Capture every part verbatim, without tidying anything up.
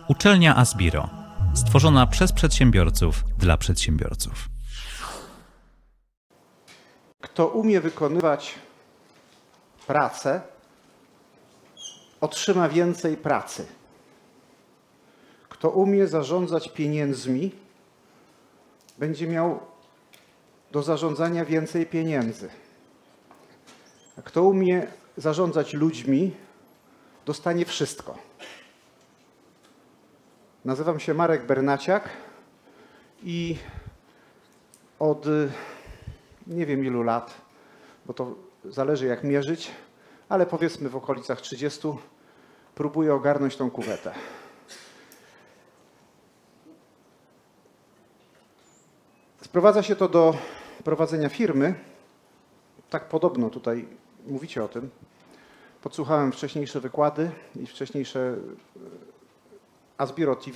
Uczelnia Asbiro, stworzona przez przedsiębiorców dla przedsiębiorców. Kto umie wykonywać pracę, otrzyma więcej pracy. Kto umie zarządzać pieniędzmi, będzie miał do zarządzania więcej pieniędzy. A kto umie zarządzać ludźmi, dostanie wszystko. Nazywam się Marek Bernaciak i od nie wiem ilu lat, bo to zależy jak mierzyć, ale powiedzmy w okolicach trzydziestu, próbuję ogarnąć tą kuwetę. Sprowadza się to do prowadzenia firmy. Tak podobno tutaj mówicie o tym. Podsłuchałem wcześniejsze wykłady i wcześniejsze Asbiro T V.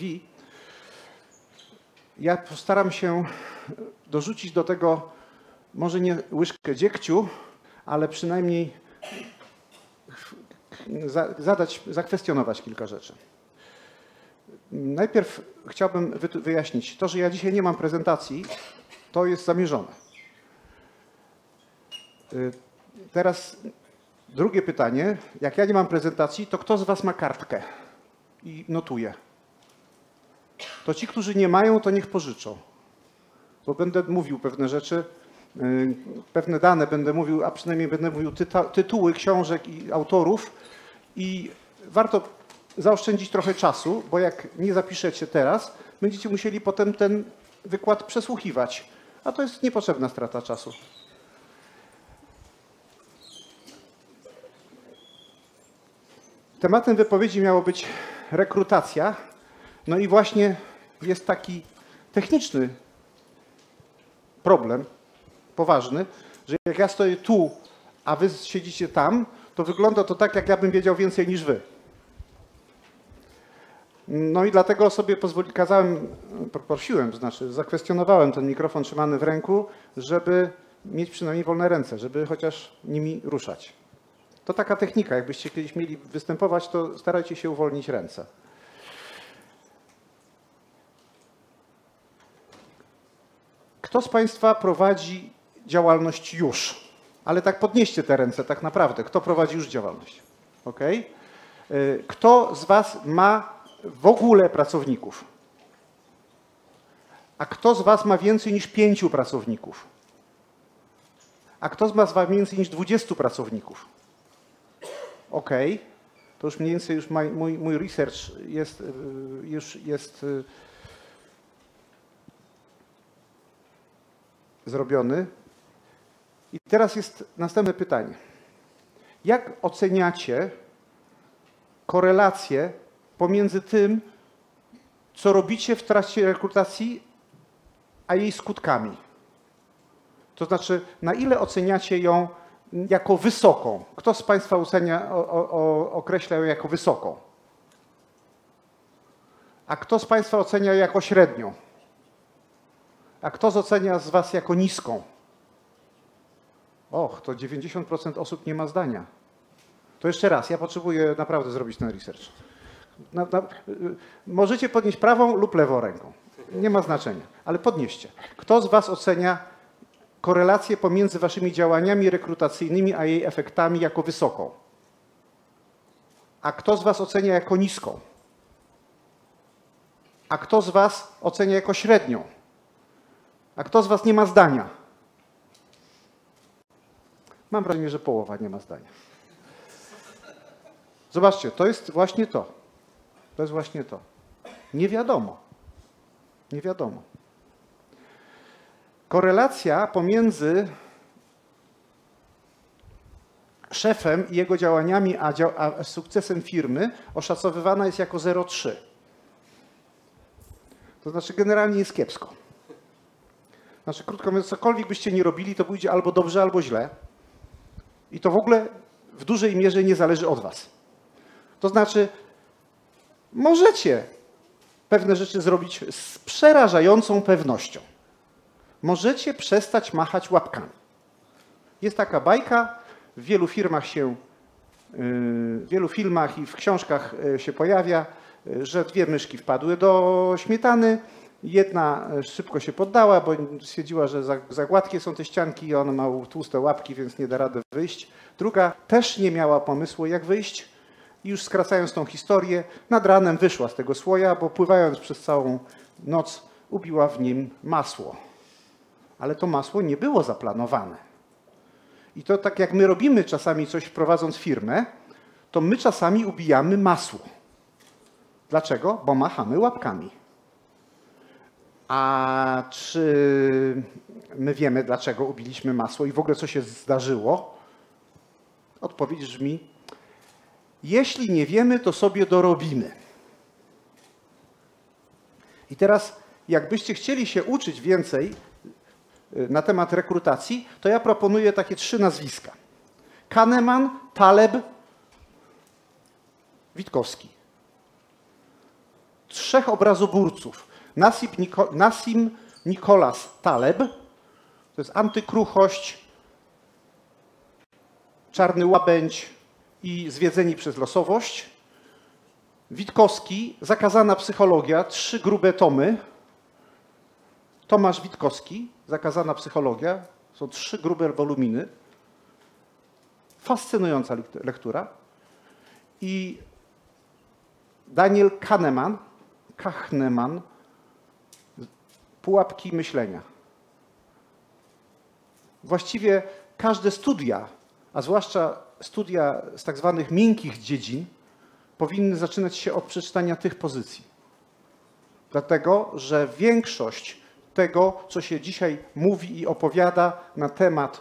Ja postaram się dorzucić do tego może nie łyżkę dziegciu, ale przynajmniej zadać, zakwestionować kilka rzeczy. Najpierw chciałbym wyjaśnić, to, że ja dzisiaj nie mam prezentacji, to jest zamierzone. Teraz drugie pytanie. Jak ja nie mam prezentacji, to kto z was ma kartkę i notuje? To ci, którzy nie mają, to niech pożyczą. Bo będę mówił pewne rzeczy, pewne dane będę mówił, a przynajmniej będę mówił tyta, tytuły książek i autorów i warto zaoszczędzić trochę czasu, bo jak nie zapiszecie teraz, będziecie musieli potem ten wykład przesłuchiwać, a to jest niepotrzebna strata czasu. Tematem wypowiedzi miało być rekrutacja, no i właśnie jest taki techniczny problem, poważny, że jak ja stoję tu, a wy siedzicie tam, to wygląda to tak, jak ja bym wiedział więcej niż wy. No i dlatego sobie pozwoli, kazałem, prosiłem, to znaczy zakwestionowałem ten mikrofon trzymany w ręku, żeby mieć przynajmniej wolne ręce, żeby chociaż nimi ruszać. To taka technika, jakbyście kiedyś mieli występować, to starajcie się uwolnić ręce. Kto z Państwa prowadzi działalność już? Ale tak podnieście te ręce, tak naprawdę. Kto prowadzi już działalność? Ok? Kto z Was ma w ogóle pracowników? A kto z Was ma więcej niż pięciu pracowników? A kto z Was ma więcej niż dwudziestu pracowników? Ok. To już mniej więcej już mój, mój research jest, już jest zrobiony. I teraz jest następne pytanie. Jak oceniacie korelację pomiędzy tym, co robicie w trakcie rekrutacji, a jej skutkami? To znaczy, na ile oceniacie ją jako wysoką? Kto z Państwa ocenia, o, o, określa ją jako wysoką? A kto z Państwa ocenia ją jako średnią? A kto z ocenia z Was jako niską? Och, to dziewięćdziesiąt procent osób nie ma zdania. To jeszcze raz, ja potrzebuję naprawdę zrobić ten research. Na, na, możecie podnieść prawą lub lewą ręką. Nie ma znaczenia, ale podnieście. Kto z Was ocenia korelację pomiędzy Waszymi działaniami rekrutacyjnymi a jej efektami jako wysoką? A kto z Was ocenia jako niską? A kto z Was ocenia jako średnią? A kto z Was nie ma zdania? Mam wrażenie, że połowa nie ma zdania. Zobaczcie, to jest właśnie to. To jest właśnie to. Nie wiadomo. Nie wiadomo. Korelacja pomiędzy szefem i jego działaniami, a, dzia a sukcesem firmy oszacowywana jest jako zero przecinek trzy. To znaczy generalnie jest kiepsko. Znaczy, krótko mówiąc, cokolwiek byście nie robili, to pójdzie albo dobrze, albo źle. I to w ogóle w dużej mierze nie zależy od Was. To znaczy, możecie pewne rzeczy zrobić z przerażającą pewnością. Możecie przestać machać łapkami. Jest taka bajka, w wielu firmach się, w wielu filmach i w książkach się pojawia, że dwie myszki wpadły do śmietany. Jedna szybko się poddała, bo stwierdziła, że za, za gładkie są te ścianki i ona ma tłuste łapki, więc nie da rady wyjść. Druga też nie miała pomysłu, jak wyjść. I już skracając tą historię, nad ranem wyszła z tego słoja, bo pływając przez całą noc ubiła w nim masło. Ale to masło nie było zaplanowane. I to tak jak my robimy czasami coś wprowadząc firmę, to my czasami ubijamy masło. Dlaczego? Bo machamy łapkami. A czy my wiemy, dlaczego ubiliśmy masło i w ogóle co się zdarzyło? Odpowiedź brzmi, jeśli nie wiemy, to sobie dorobimy. I teraz, jakbyście chcieli się uczyć więcej na temat rekrutacji, to ja proponuję takie trzy nazwiska. Kahneman, Taleb, Witkowski. Trzech obrazoburców. Nassim, Niko, Nassim Nicholas Taleb, to jest antykruchość, czarny łabędź i zwiedzeni przez losowość. Witkowski, zakazana psychologia, trzy grube tomy. Tomasz Witkowski, zakazana psychologia, są trzy grube woluminy. Fascynująca lektura. I Daniel Kahneman, Kahneman, Pułapki myślenia. Właściwie każde studia, a zwłaszcza studia z tak zwanych miękkich dziedzin, powinny zaczynać się od przeczytania tych pozycji. Dlatego, że większość tego, co się dzisiaj mówi i opowiada na temat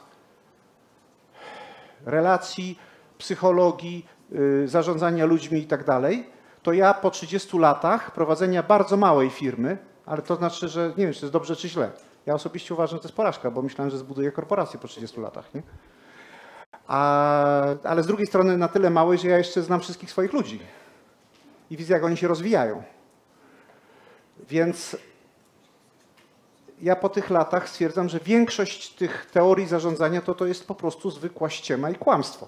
relacji, psychologii, yy, zarządzania ludźmi i tak dalej, to ja po trzydziestu latach prowadzenia bardzo małej firmy, ale to znaczy, że nie wiem, czy to jest dobrze, czy źle. Ja osobiście uważam, że to jest porażka, bo myślałem, że zbuduję korporację po trzydziestu latach. Nie? A, ale z drugiej strony na tyle małej, że ja jeszcze znam wszystkich swoich ludzi i widzę, jak oni się rozwijają. Więc ja po tych latach stwierdzam, że większość tych teorii zarządzania to, to jest po prostu zwykła ściema i kłamstwo.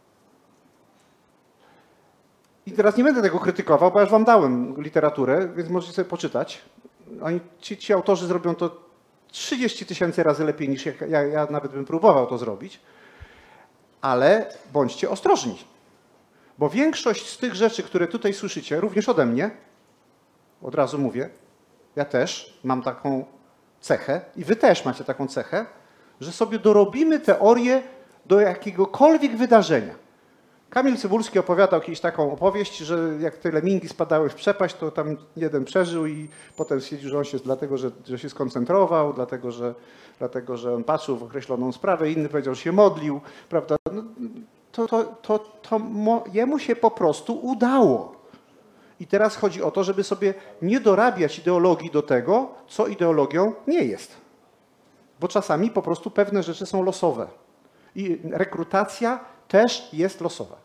I teraz nie będę tego krytykował, bo ja już wam dałem literaturę, więc możecie sobie poczytać. Oni, ci, ci autorzy zrobią to trzydzieści tysięcy razy lepiej niż ja, ja, ja nawet bym próbował to zrobić. Ale bądźcie ostrożni. Bo większość z tych rzeczy, które tutaj słyszycie, również ode mnie, od razu mówię, ja też mam taką cechę i wy też macie taką cechę, że sobie dorobimy teorię do jakiegokolwiek wydarzenia. Kamil Cybulski opowiadał kiedyś taką opowieść, że jak te lemingi spadały w przepaść, to tam jeden przeżył i potem stwierdził, że on się, dlatego, że, że się skoncentrował, dlatego że, dlatego, że on patrzył w określoną sprawę, inny powiedział, że się modlił, prawda? No, to to, to, to mo, jemu się po prostu udało. I teraz chodzi o to, żeby sobie nie dorabiać ideologii do tego, co ideologią nie jest. Bo czasami po prostu pewne rzeczy są losowe. I rekrutacja też jest losowa.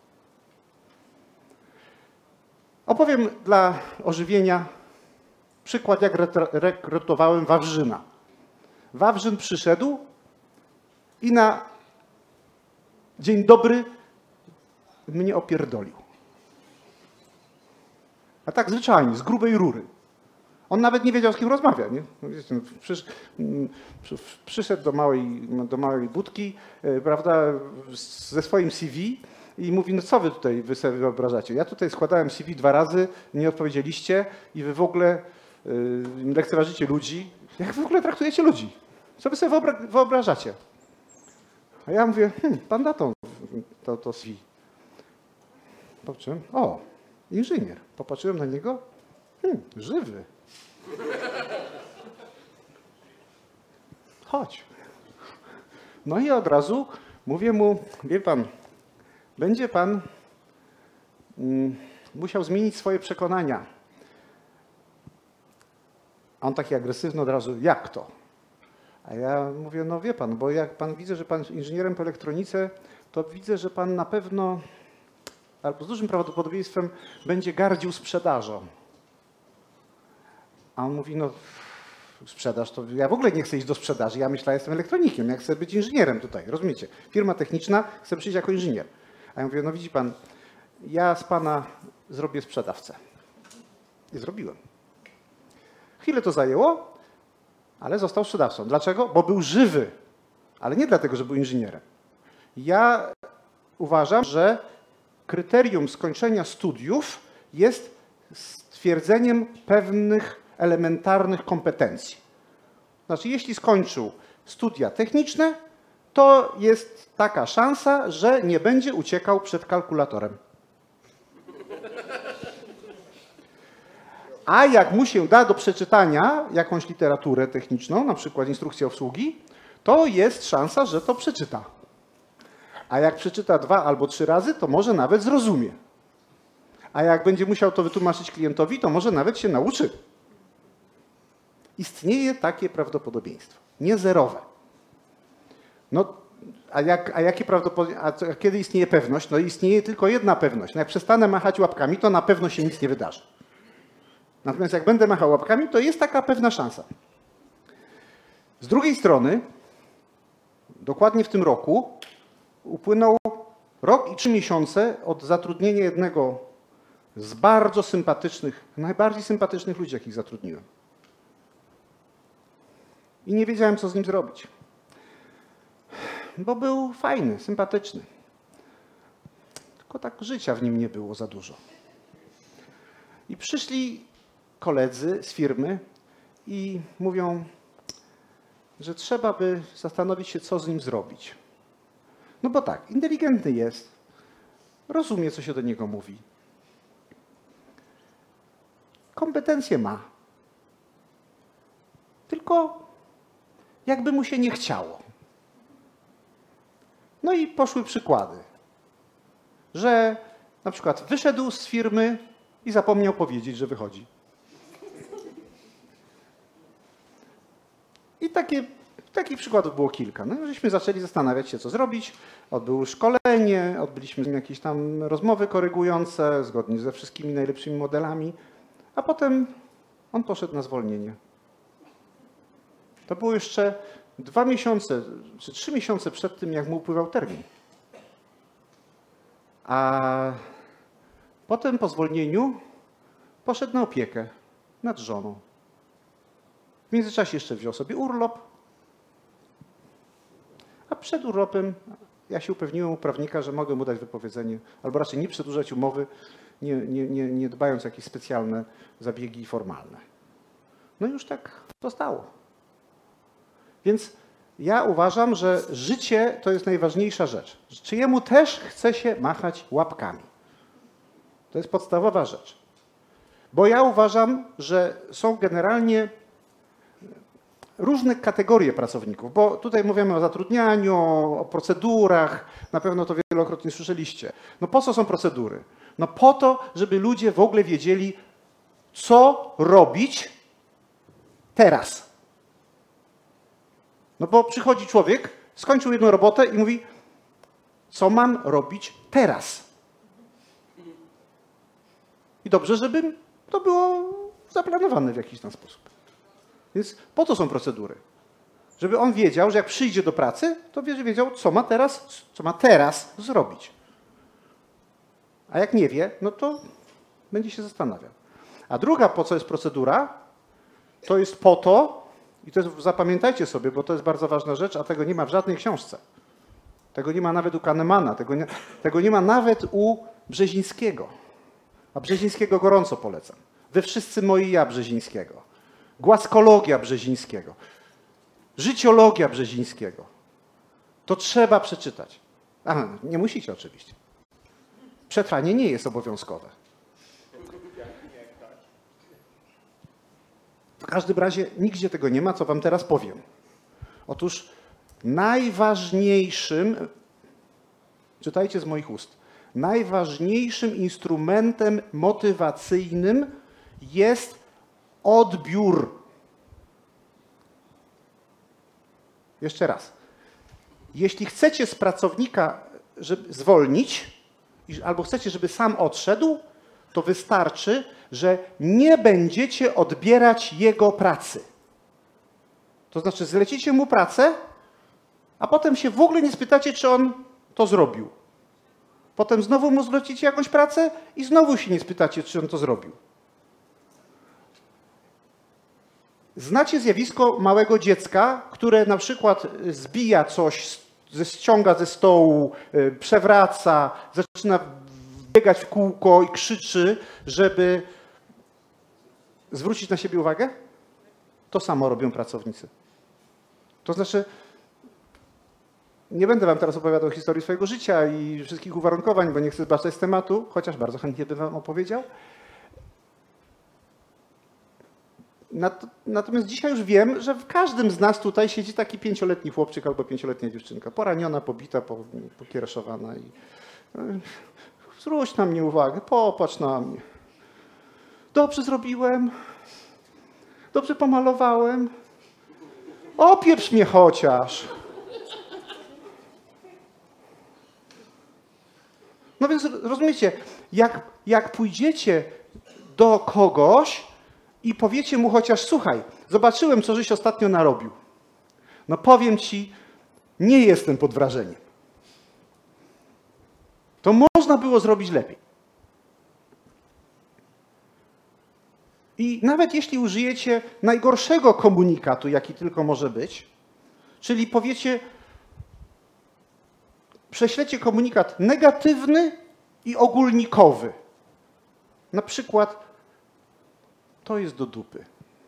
Opowiem dla ożywienia przykład, jak rekrutowałem Wawrzyna. Wawrzyn przyszedł i na dzień dobry mnie opierdolił. A tak zwyczajnie, z grubej rury. On nawet nie wiedział, z kim rozmawia. Nie? Przysz, przyszedł do małej, do małej budki, prawda, ze swoim C V i mówi, no co wy tutaj wy sobie wyobrażacie? Ja tutaj składałem C V dwa razy, nie odpowiedzieliście i wy w ogóle yy, lekceważycie ludzi. Jak wy w ogóle traktujecie ludzi? Co wy sobie wyobra wyobrażacie? A ja mówię, hm, pan da to, to, to C V. Popatrzyłem, o, inżynier. Popatrzyłem na niego, hmm, żywy. Chodź. No i od razu mówię mu, wie pan, będzie pan mm, musiał zmienić swoje przekonania. A on taki agresywny od razu, jak to? A ja mówię, no wie pan, bo jak pan widzę, że pan jest inżynierem po elektronice, to widzę, że pan na pewno, albo z dużym prawdopodobieństwem, będzie gardził sprzedażą. A on mówi, no sprzedaż, to ja w ogóle nie chcę iść do sprzedaży, ja myślę, że jestem elektronikiem, ja chcę być inżynierem tutaj, rozumiecie? Firma techniczna, chcę przyjść jako inżynier. A ja mówię, no widzi pan, ja z pana zrobię sprzedawcę. I zrobiłem. Chwilę to zajęło, ale został sprzedawcą. Dlaczego? Bo był żywy, ale nie dlatego, że był inżynierem. Ja uważam, że kryterium skończenia studiów jest stwierdzeniem pewnych elementarnych kompetencji. Znaczy, jeśli skończył studia techniczne, to jest taka szansa, że nie będzie uciekał przed kalkulatorem. A jak mu się da do przeczytania jakąś literaturę techniczną, na przykład instrukcję obsługi, to jest szansa, że to przeczyta. A jak przeczyta dwa albo trzy razy, to może nawet zrozumie. A jak będzie musiał to wytłumaczyć klientowi, to może nawet się nauczy. Istnieje takie prawdopodobieństwo. Niezerowe. No, a, jak, a jakie prawdopodobieństwo? A kiedy istnieje pewność? No istnieje tylko jedna pewność. No jak przestanę machać łapkami, to na pewno się nic nie wydarzy. Natomiast jak będę machał łapkami, to jest taka pewna szansa. Z drugiej strony, dokładnie w tym roku upłynął rok i trzy miesiące od zatrudnienia jednego z bardzo sympatycznych, najbardziej sympatycznych ludzi, jakich zatrudniłem. I nie wiedziałem, co z nim zrobić. Bo był fajny, sympatyczny. Tylko tak życia w nim nie było za dużo. I przyszli koledzy z firmy i mówią, że trzeba by zastanowić się, co z nim zrobić. No bo tak, inteligentny jest, rozumie, co się do niego mówi. Kompetencje ma. Tylko jakby mu się nie chciało. No i poszły przykłady, że na przykład wyszedł z firmy i zapomniał powiedzieć, że wychodzi. I takie, takich przykładów było kilka. No, żeśmy zaczęli zastanawiać się, co zrobić. Odbyło szkolenie, odbyliśmy z nim jakieś tam rozmowy korygujące, zgodnie ze wszystkimi najlepszymi modelami, a potem on poszedł na zwolnienie. To było jeszcze dwa miesiące, czy trzy miesiące przed tym, jak mu upływał termin. A potem po zwolnieniu poszedł na opiekę nad żoną. W międzyczasie jeszcze wziął sobie urlop, a przed urlopem ja się upewniłem u prawnika, że mogę mu dać wypowiedzenie, albo raczej nie przedłużać umowy, nie, nie, nie, nie dbając o jakieś specjalne zabiegi formalne. No i już tak zostało. Więc ja uważam, że życie to jest najważniejsza rzecz. Czy jemu też chce się machać łapkami? To jest podstawowa rzecz. Bo ja uważam, że są generalnie różne kategorie pracowników, bo tutaj mówimy o zatrudnianiu, o procedurach, na pewno to wielokrotnie słyszeliście. No po co są procedury? No po to, żeby ludzie w ogóle wiedzieli, co robić teraz. No bo przychodzi człowiek, skończył jedną robotę i mówi, co mam robić teraz? I dobrze, żeby to było zaplanowane w jakiś tam sposób. Więc po to są procedury. Żeby on wiedział, że jak przyjdzie do pracy, to będzie wiedział, co ma teraz, co ma teraz zrobić. A jak nie wie, no to będzie się zastanawiał. A druga, po co jest procedura, to jest po to, i to jest, zapamiętajcie sobie, bo to jest bardzo ważna rzecz, a tego nie ma w żadnej książce. Tego nie ma nawet u Kahnemana, tego nie, tego nie ma nawet u Brzezińskiego. A Brzezińskiego gorąco polecam. Wy wszyscy moi ja Brzezińskiego. Głaskologia Brzezińskiego. Życiologia Brzezińskiego. To trzeba przeczytać. Aha, nie musicie oczywiście. Przetrwanie nie jest obowiązkowe. W każdym razie nigdzie tego nie ma, co wam teraz powiem. Otóż najważniejszym, czytajcie z moich ust, najważniejszym instrumentem motywacyjnym jest odbiór. Jeszcze raz. Jeśli chcecie z pracownika żeby zwolnić, albo chcecie, żeby sam odszedł, to wystarczy, że nie będziecie odbierać jego pracy. To znaczy zlecicie mu pracę, a potem się w ogóle nie spytacie, czy on to zrobił. Potem znowu mu zlecicie jakąś pracę i znowu się nie spytacie, czy on to zrobił. Znacie zjawisko małego dziecka, które na przykład zbija coś, ściąga ze stołu, przewraca, zaczyna biegać w kółko i krzyczy, żeby zwrócić na siebie uwagę? To samo robią pracownicy. To znaczy, nie będę wam teraz opowiadał historii swojego życia i wszystkich uwarunkowań, bo nie chcę zbaczać z tematu, chociaż bardzo chętnie bym wam opowiedział. Natomiast dzisiaj już wiem, że w każdym z nas tutaj siedzi taki pięcioletni chłopczyk albo pięcioletnia dziewczynka, poraniona, pobita, pokiereszowana i zwróć na mnie uwagę, popatrz na mnie. Dobrze zrobiłem, dobrze pomalowałem, opieprz mnie chociaż. No więc rozumiecie, jak, jak pójdziecie do kogoś i powiecie mu chociaż, słuchaj, zobaczyłem, co żeś ostatnio narobił. No powiem ci, nie jestem pod wrażeniem. To można było zrobić lepiej. I nawet jeśli użyjecie najgorszego komunikatu, jaki tylko może być, czyli powiecie, prześlecie komunikat negatywny i ogólnikowy. Na przykład, to jest do dupy.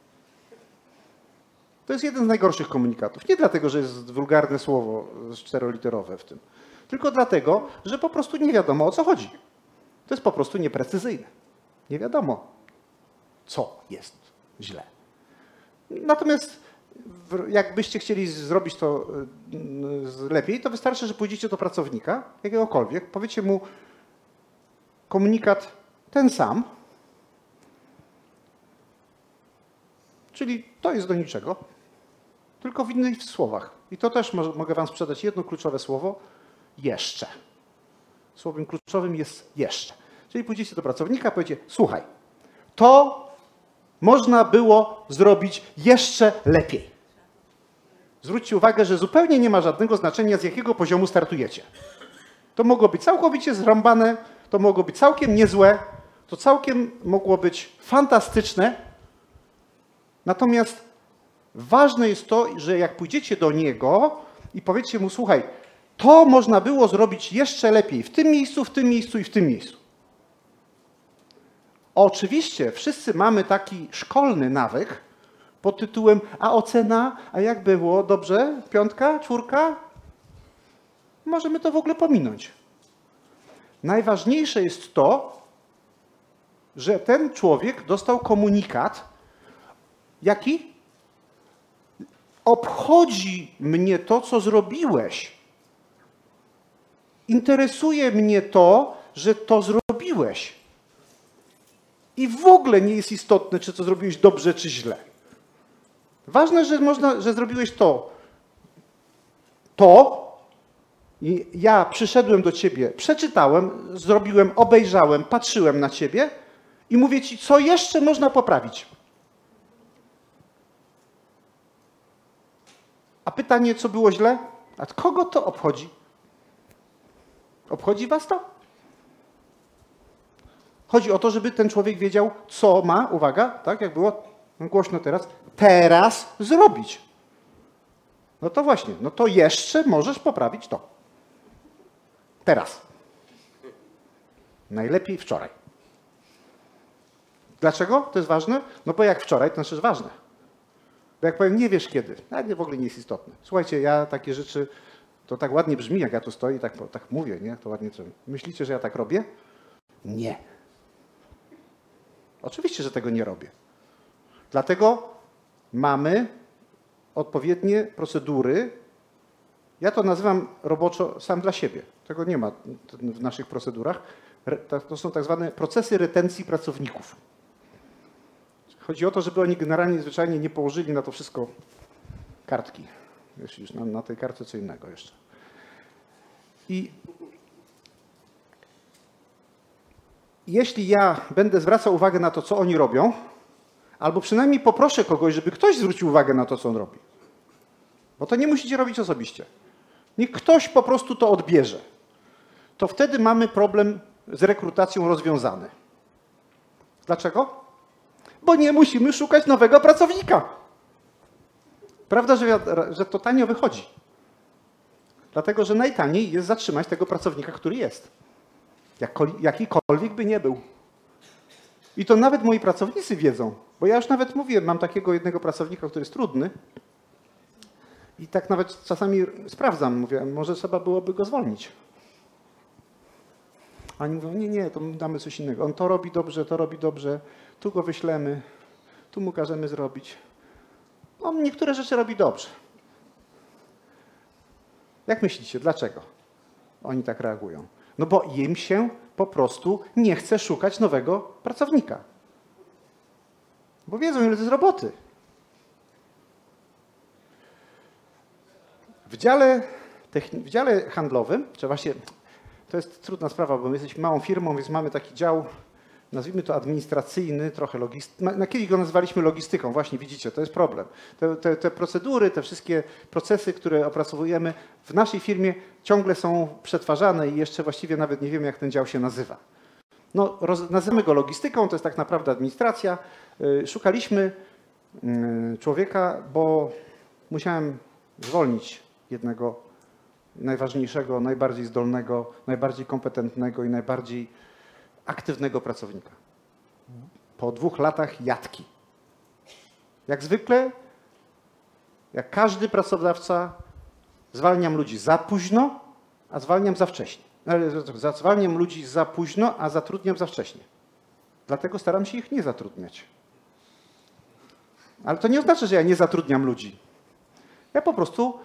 To jest jeden z najgorszych komunikatów. Nie dlatego, że jest wulgarne słowo czteroliterowe w tym, tylko dlatego, że po prostu nie wiadomo, o co chodzi. To jest po prostu nieprecyzyjne. Nie wiadomo, co jest źle. Natomiast jakbyście chcieli zrobić to lepiej, to wystarczy, że pójdziecie do pracownika, jakiegokolwiek, powiecie mu komunikat ten sam, czyli to jest do niczego, tylko w innych słowach. I to też mogę wam sprzedać jedno kluczowe słowo, jeszcze. Słowem kluczowym jest jeszcze. Czyli pójdziecie do pracownika, powiecie, słuchaj, to można było zrobić jeszcze lepiej. Zwróćcie uwagę, że zupełnie nie ma żadnego znaczenia, z jakiego poziomu startujecie. To mogło być całkowicie zrąbane, to mogło być całkiem niezłe, to całkiem mogło być fantastyczne. Natomiast ważne jest to, że jak pójdziecie do niego i powiecie mu, słuchaj, to można było zrobić jeszcze lepiej w tym miejscu, w tym miejscu i w tym miejscu. Oczywiście wszyscy mamy taki szkolny nawyk pod tytułem, a ocena, a jak było, dobrze, piątka, czwórka? Możemy to w ogóle pominąć. Najważniejsze jest to, że ten człowiek dostał komunikat, jaki? Obchodzi mnie to, co zrobiłeś. Interesuje mnie to, że to zrobiłeś. I w ogóle nie jest istotne, czy to zrobiłeś dobrze, czy źle. Ważne, że, można, że zrobiłeś to. To. I ja przyszedłem do ciebie, przeczytałem, zrobiłem, obejrzałem, patrzyłem na ciebie i mówię ci, co jeszcze można poprawić. A pytanie, co było źle? A kogo to obchodzi? Obchodzi was to? Chodzi o to, żeby ten człowiek wiedział, co ma, uwaga, tak jak było głośno teraz, teraz zrobić. No to właśnie, no to jeszcze możesz poprawić to. Teraz. Najlepiej wczoraj. Dlaczego to jest ważne? No bo jak wczoraj, to znaczy jest ważne. Bo jak powiem, nie wiesz kiedy, w ogóle nie jest istotne. Słuchajcie, ja takie rzeczy, to tak ładnie brzmi, jak ja tu stoję i tak, tak mówię, nie? To ładnie. Myślicie, że ja tak robię? Nie. Oczywiście, że tego nie robię. Dlatego mamy odpowiednie procedury. Ja to nazywam roboczo sam dla siebie. Tego nie ma w naszych procedurach. To są tak zwane procesy retencji pracowników. Chodzi o to, żeby oni generalnie zwyczajnie nie położyli na to wszystko kartki. Jeśli już na, na tej kartce co innego jeszcze. I jeśli ja będę zwracał uwagę na to, co oni robią, albo przynajmniej poproszę kogoś, żeby ktoś zwrócił uwagę na to, co on robi. Bo to nie musicie robić osobiście. Niech ktoś po prostu to odbierze. To wtedy mamy problem z rekrutacją rozwiązany. Dlaczego? Bo nie musimy szukać nowego pracownika. Prawda, że, że to tanio wychodzi. Dlatego, że najtaniej jest zatrzymać tego pracownika, który jest. Jakikolwiek by nie był. I to nawet moi pracownicy wiedzą. Bo ja już nawet mówiłem, mam takiego jednego pracownika, który jest trudny. I tak nawet czasami sprawdzam, mówię, może trzeba byłoby go zwolnić. A oni mówią, nie, nie, to damy coś innego. On to robi dobrze, to robi dobrze, tu go wyślemy, tu mu każemy zrobić. On niektóre rzeczy robi dobrze. Jak myślicie, dlaczego oni tak reagują? No bo im się po prostu nie chce szukać nowego pracownika. Bo wiedzą, ile to jest roboty. W dziale, w dziale handlowym, czy właśnie to jest trudna sprawa, bo my jesteśmy małą firmą, więc mamy taki dział, nazwijmy to administracyjny, trochę logistyczny. Na kiedyś go nazywaliśmy logistyką, właśnie widzicie, to jest problem. Te, te, te procedury, te wszystkie procesy, które opracowujemy w naszej firmie ciągle są przetwarzane i jeszcze właściwie nawet nie wiemy, jak ten dział się nazywa. No, roz, nazywamy go logistyką, to jest tak naprawdę administracja. Yy, szukaliśmy yy, człowieka, bo musiałem zwolnić jednego najważniejszego, najbardziej zdolnego, najbardziej kompetentnego i najbardziej aktywnego pracownika. Po dwóch latach jatki. Jak zwykle, jak każdy pracodawca, zwalniam ludzi za późno, a zwalniam za wcześnie. Zwalniam ludzi za późno, a zatrudniam za wcześnie. Dlatego staram się ich nie zatrudniać. Ale to nie oznacza, że ja nie zatrudniam ludzi. Ja po prostu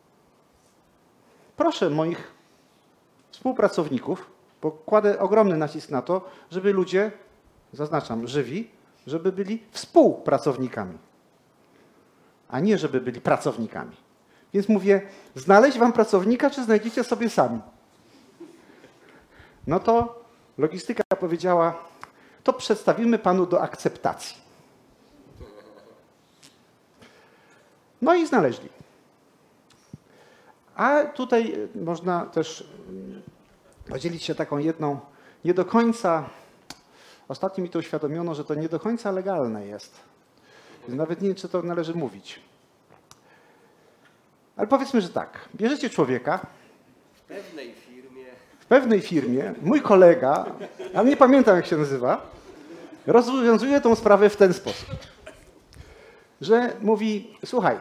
proszę moich współpracowników, bo kładę ogromny nacisk na to, żeby ludzie, zaznaczam, żywi, żeby byli współpracownikami, a nie żeby byli pracownikami. Więc mówię, znaleźć wam pracownika, czy znajdziecie sobie sami? No to logistyka powiedziała, to przedstawimy panu do akceptacji. No i znaleźli. A tutaj można też podzielić się taką jedną, nie do końca, ostatnio mi to uświadomiono, że to nie do końca legalne jest. Więc nawet nie wiem, czy to należy mówić. Ale powiedzmy, że tak, bierzecie człowieka. W pewnej firmie. W pewnej firmie, mój kolega, ale nie pamiętam jak się nazywa, rozwiązuje tą sprawę w ten sposób, że mówi, słuchaj,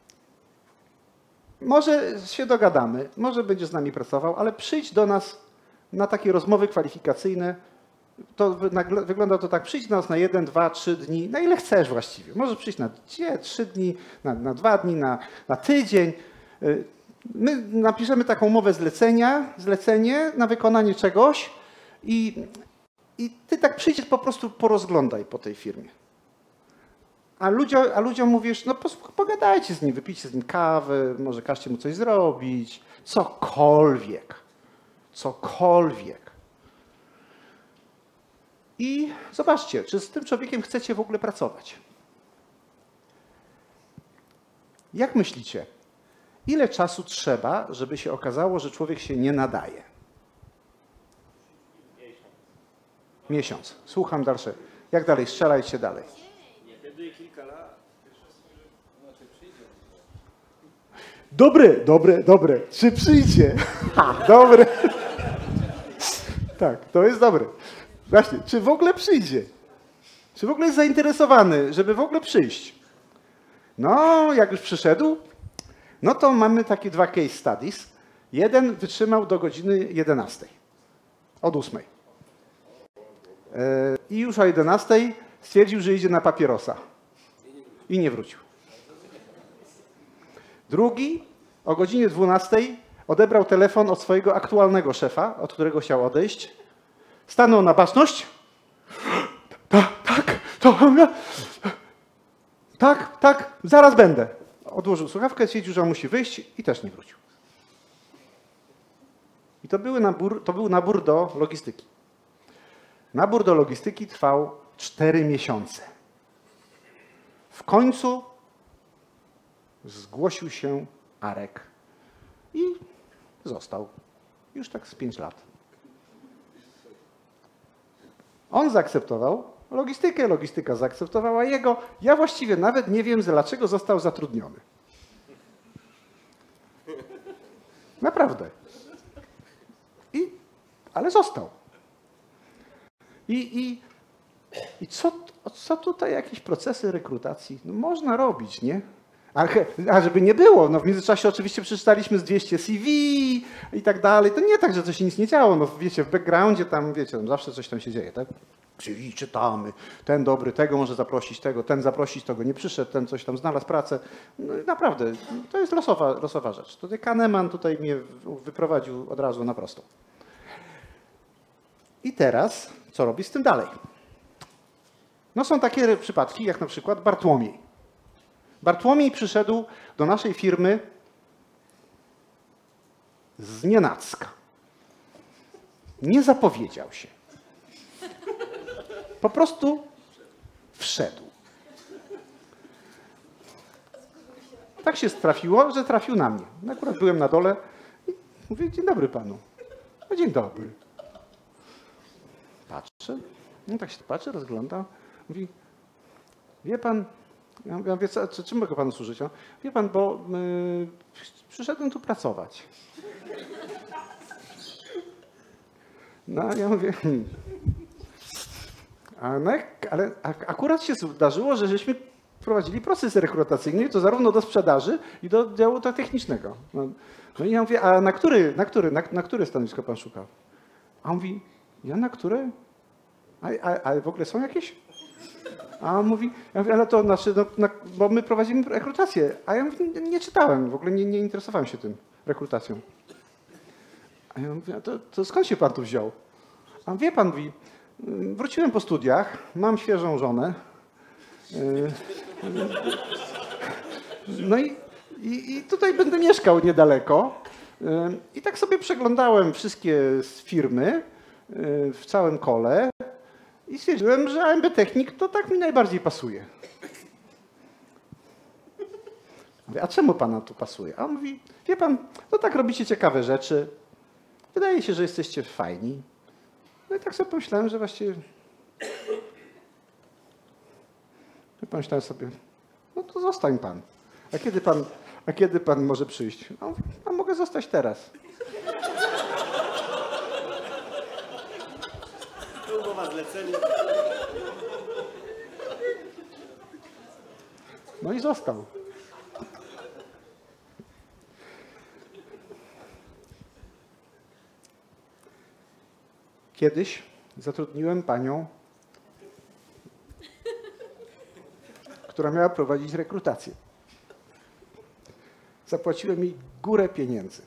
może się dogadamy, może będziesz z nami pracował, ale przyjdź do nas na takie rozmowy kwalifikacyjne. To wygląda to tak, przyjdź do nas na jeden, dwa, trzy dni, na ile chcesz właściwie. Może przyjść na dwie, trzy dni, na, na dwa dni, na, na tydzień. My napiszemy taką umowę zlecenia, zlecenie na wykonanie czegoś i, i ty tak przyjdziesz, po prostu porozglądaj po tej firmie. A ludziom, a ludziom mówisz, no pogadajcie z nim, wypijcie z nim kawę, może każcie mu coś zrobić, cokolwiek, cokolwiek. I zobaczcie, czy z tym człowiekiem chcecie w ogóle pracować. Jak myślicie, ile czasu trzeba, żeby się okazało, że człowiek się nie nadaje? Miesiąc. Miesiąc. Słucham dalsze. Jak dalej? Strzelajcie dalej. Kilka lat. Dobre, dobre, dobre. Czy przyjdzie? Ha, dobre. Tak, to jest dobre. Właśnie, czy w ogóle przyjdzie? Czy w ogóle jest zainteresowany, żeby w ogóle przyjść? No, jak już przyszedł, no to mamy takie dwa case studies. Jeden wytrzymał do godziny jedenastej. Od ósmej. I już o jedenastej stwierdził, że idzie na papierosa. I nie wrócił. Drugi o godzinie dwunastej odebrał telefon od swojego aktualnego szefa, od którego chciał odejść. Stanął na baczność. Tak, tak, to tak, tak, zaraz będę. Odłożył słuchawkę, stwierdził, że on musi wyjść i też nie wrócił. I to, były nabór, to był nabór do logistyki. Nabór do logistyki trwał cztery miesiące. W końcu zgłosił się Arek i został. Już tak z pięć lat. On zaakceptował logistykę, logistyka zaakceptowała jego. Ja właściwie nawet nie wiem, dlaczego został zatrudniony. Naprawdę. I, ale został. I, i, i co, co tutaj jakieś procesy rekrutacji? No można robić, nie? A, a żeby nie było, no w międzyczasie oczywiście przeczytaliśmy z dwieście C V i tak dalej. To nie tak, że to się nic nie działo. No wiecie, w backgroundzie tam, wiecie, tam zawsze coś tam się dzieje, tak? C V czytamy, ten dobry, tego może zaprosić, tego, ten zaprosić, tego nie przyszedł, ten coś tam znalazł pracę. No naprawdę, to jest losowa, losowa rzecz. Tutaj Kahneman tutaj mnie wyprowadził od razu na prostą. I teraz, co robi z tym dalej? No są takie przypadki, jak na przykład Bartłomiej. Bartłomiej przyszedł do naszej firmy znienacka. Nie zapowiedział się. Po prostu wszedł. Tak się trafiło, że trafił na mnie. Akurat byłem na dole i mówię, dzień dobry panu. No dzień dobry. Patrzę, no tak się patrzy, rozgląda. Mówi, wie pan, ja mówię, co, czym mogę panu służyć? No? Wie pan, bo yy, przyszedłem tu pracować. No ja mówię, hmm. A no, ale akurat się zdarzyło, że żeśmy prowadzili proces rekrutacyjny, to zarówno do sprzedaży i do działu technicznego. No, no i ja mówię, a na który, na który, na, na które stanowisko pan szukał? A on mówi, ja na które? A, a, a w ogóle są jakieś? A on mówi, ja mówię, ale to znaczy, no, na, bo my prowadzimy rekrutację. A ja mówię, nie, nie czytałem, w ogóle nie, nie interesowałem się tym, rekrutacją. A ja mówię, a to, to skąd się pan tu wziął? A wie pan, mówi, wróciłem po studiach, mam świeżą żonę. No i, i, i tutaj będę mieszkał niedaleko. I tak sobie przeglądałem wszystkie firmy w całym kole i stwierdziłem, że A M B Technik to tak mi najbardziej pasuje. Mówię, a czemu pana tu pasuje? A on mówi, wie pan, no tak robicie ciekawe rzeczy. Wydaje się, że jesteście fajni. No i tak sobie pomyślałem, że właściwie... I pomyślałem sobie, no to zostań pan. A kiedy pan, a kiedy pan może przyjść? No, a mogę zostać teraz. Umowa zlecenia. No i został. Kiedyś zatrudniłem panią, która miała prowadzić rekrutację. Zapłaciłem jej górę pieniędzy.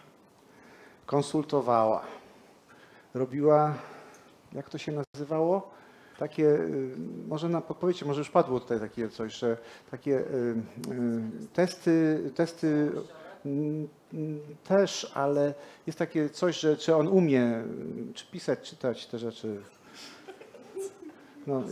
Konsultowała. Robiła, jak to się nazywało? Takie, może na podpowiedzi, może już padło tutaj takie coś, że takie y, y, testy, testy y, też, ale jest takie coś, że czy on umie, czy pisać, czytać te rzeczy. No,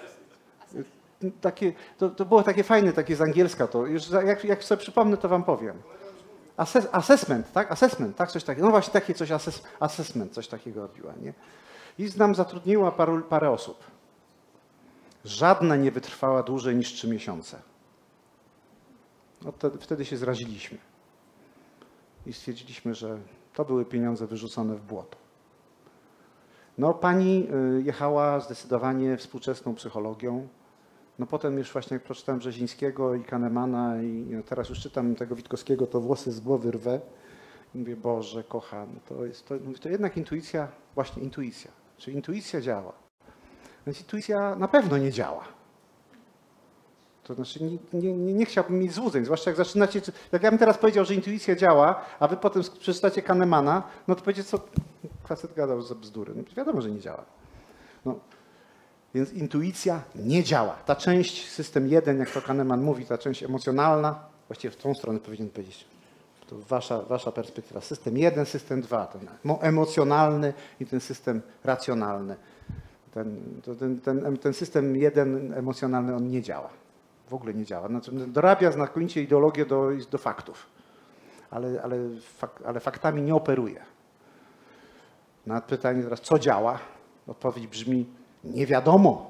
takie, to, to było takie fajne, takie z angielska to. Już jak, jak sobie przypomnę, to wam powiem. Assess, assessment, tak? Assessment, tak? Coś takiego. No właśnie takie coś, assess, assessment, coś takiego robiła, nie? I nam zatrudniła paru, parę osób. Żadna nie wytrwała dłużej niż trzy miesiące. No wtedy, wtedy się zraziliśmy. I stwierdziliśmy, że to były pieniądze wyrzucone w błoto. No pani jechała zdecydowanie współczesną psychologią. No potem już właśnie jak przeczytałem Brzezińskiego i Kahnemana i no teraz już czytam tego Witkowskiego, to włosy z głowy rwę. I mówię, Boże, kochany, to jest to, to jednak intuicja, właśnie intuicja. Czy intuicja działa? Więc intuicja na pewno nie działa. To znaczy nie, nie, nie, nie chciałbym mieć złudzeń, zwłaszcza jak zaczynacie, jak ja bym teraz powiedział, że intuicja działa, a wy potem przeczytacie Kahnemana, no to powiecie, co facet gadał za bzdury. No wiadomo, że nie działa. No. Więc intuicja nie działa. Ta część, system jeden, jak to Kahneman mówi, ta część emocjonalna, właściwie w tą stronę powinien powiedzieć, to wasza, wasza perspektywa. System jeden, system dwa, ten emocjonalny i ten system racjonalny. Ten, to ten, ten, ten system jeden emocjonalny, on nie działa. W ogóle nie działa. Znaczy, dorabia znakomicie ideologię do, do faktów, ale, ale, fak, ale faktami nie operuje. Na pytanie teraz, co działa? Odpowiedź brzmi, nie wiadomo,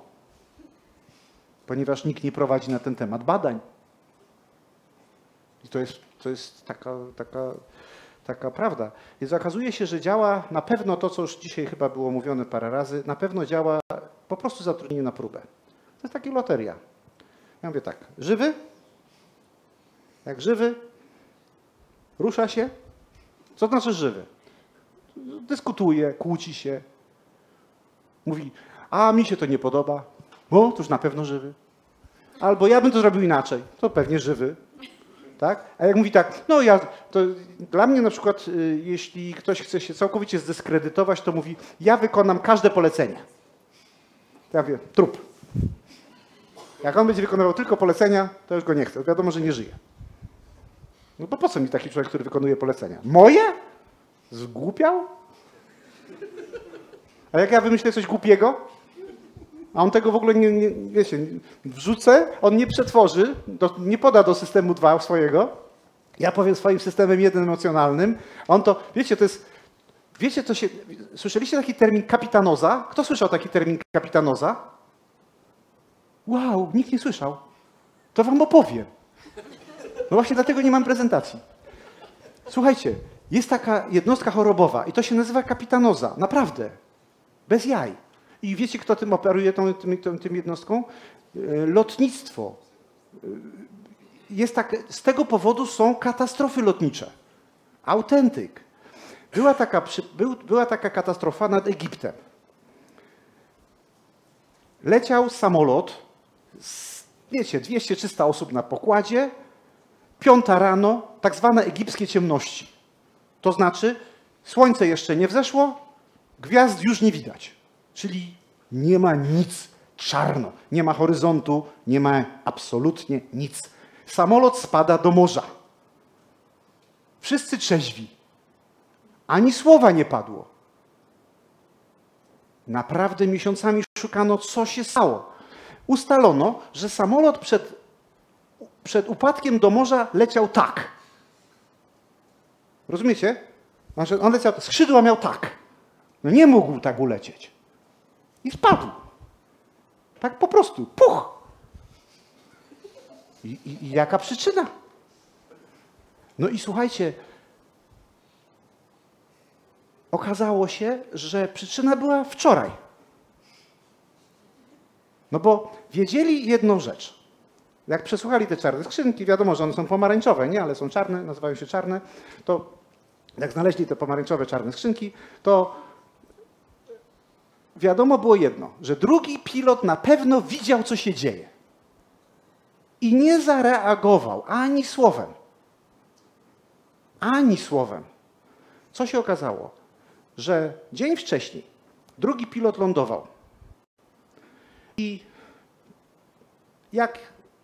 ponieważ nikt nie prowadzi na ten temat badań. I to jest, to jest taka, taka, taka prawda. Więc okazuje się, że działa na pewno to, co już dzisiaj chyba było mówione parę razy, na pewno działa po prostu zatrudnienie na próbę. To jest taka loteria. Ja mówię tak, żywy? Jak żywy, rusza się. Co znaczy żywy? Dyskutuje, kłóci się. Mówi, a mi się to nie podoba. Bo to już na pewno żywy. Albo ja bym to zrobił inaczej. To pewnie żywy. Tak? A jak mówi tak, no ja, to dla mnie na przykład, y, jeśli ktoś chce się całkowicie zdyskredytować, to mówi, ja wykonam każde polecenie. Ja mówię, trup. Jak on będzie wykonywał tylko polecenia, to już go nie chcę. Wiadomo, że nie żyje. No bo po co mi taki człowiek, który wykonuje polecenia? Moje? Zgłupiał? A jak ja wymyślę coś głupiego, a on tego w ogóle nie, nie wiecie, wrzucę, on nie przetworzy, do, nie poda do systemu dwa swojego, ja powiem swoim systemem jeden emocjonalnym, a on to, wiecie, to jest, wiecie, to się, słyszeliście taki termin kapitanoza? Kto słyszał taki termin kapitanoza? Wow, nikt nie słyszał. To wam opowiem. No właśnie dlatego nie mam prezentacji. Słuchajcie, jest taka jednostka chorobowa i to się nazywa kapitanoza. Naprawdę. Bez jaj. I wiecie, kto tym operuje, tą, tym, tą, tym jednostką? Lotnictwo. Jest tak, z tego powodu są katastrofy lotnicze. Autentyk. Była taka, był, była taka katastrofa nad Egiptem. Leciał samolot, z, wiecie, dwieście trzysta osób na pokładzie, piąta rano, tak zwane egipskie ciemności. To znaczy, słońce jeszcze nie wzeszło, gwiazd już nie widać. Czyli nie ma nic, czarno, nie ma horyzontu, nie ma absolutnie nic. Samolot spada do morza. Wszyscy trzeźwi. Ani słowa nie padło. Naprawdę miesiącami szukano, co się stało. Ustalono, że samolot przed, przed upadkiem do morza leciał tak. Rozumiecie? Znaczy on leciał, skrzydła miał tak. No nie mógł tak ulecieć. I spadł. Tak po prostu. Puch! I, i, i jaka przyczyna? No i słuchajcie, okazało się, że przyczyna była wczoraj. No bo wiedzieli jedną rzecz. Jak przesłuchali te czarne skrzynki, wiadomo, że one są pomarańczowe, nie, ale są czarne, nazywają się czarne, to jak znaleźli te pomarańczowe czarne skrzynki, to wiadomo było jedno, że drugi pilot na pewno widział, co się dzieje. I nie zareagował ani słowem. Ani słowem. Co się okazało? Że dzień wcześniej drugi pilot lądował. I jak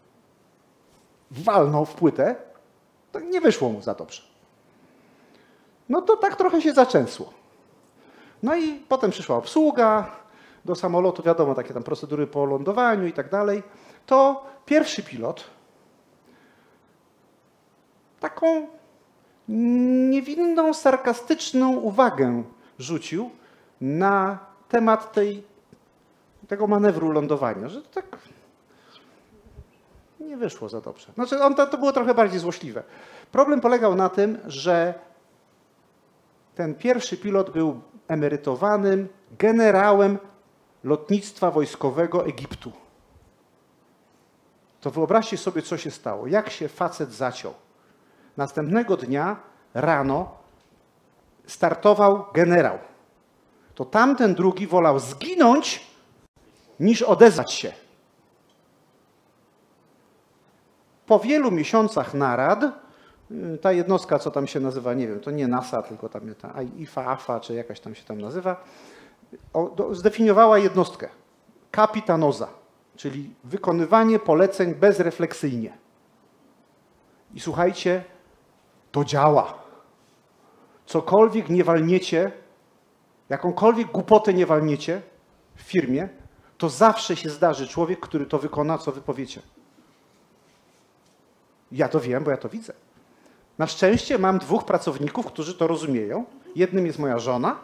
walnął w płytę, to nie wyszło mu za dobrze. No to tak trochę się zaczęsło. No i potem przyszła obsługa do samolotu, wiadomo, takie tam procedury po lądowaniu i tak dalej. To pierwszy pilot taką niewinną, sarkastyczną uwagę rzucił na temat tej, tego manewru lądowania, że to tak nie wyszło za dobrze. Znaczy on to, to było trochę bardziej złośliwe. Problem polegał na tym, że ten pierwszy pilot był emerytowanym generałem lotnictwa wojskowego Egiptu. To wyobraźcie sobie, co się stało. Jak się facet zaciął. Następnego dnia rano startował generał. To tamten drugi wolał zginąć, niż odezwać się. Po wielu miesiącach narad, ta jednostka, co tam się nazywa, nie wiem, to nie NASA, tylko tam ta I F A, A F A, czy jakaś tam się tam nazywa, zdefiniowała jednostkę. Kapitanoza, czyli wykonywanie poleceń bezrefleksyjnie. I słuchajcie, to działa. Cokolwiek nie walniecie, jakąkolwiek głupotę nie walniecie w firmie, to zawsze się zdarzy człowiek, który to wykona, co wy powiecie. Ja to wiem, bo ja to widzę. Na szczęście mam dwóch pracowników, którzy to rozumieją. Jednym jest moja żona.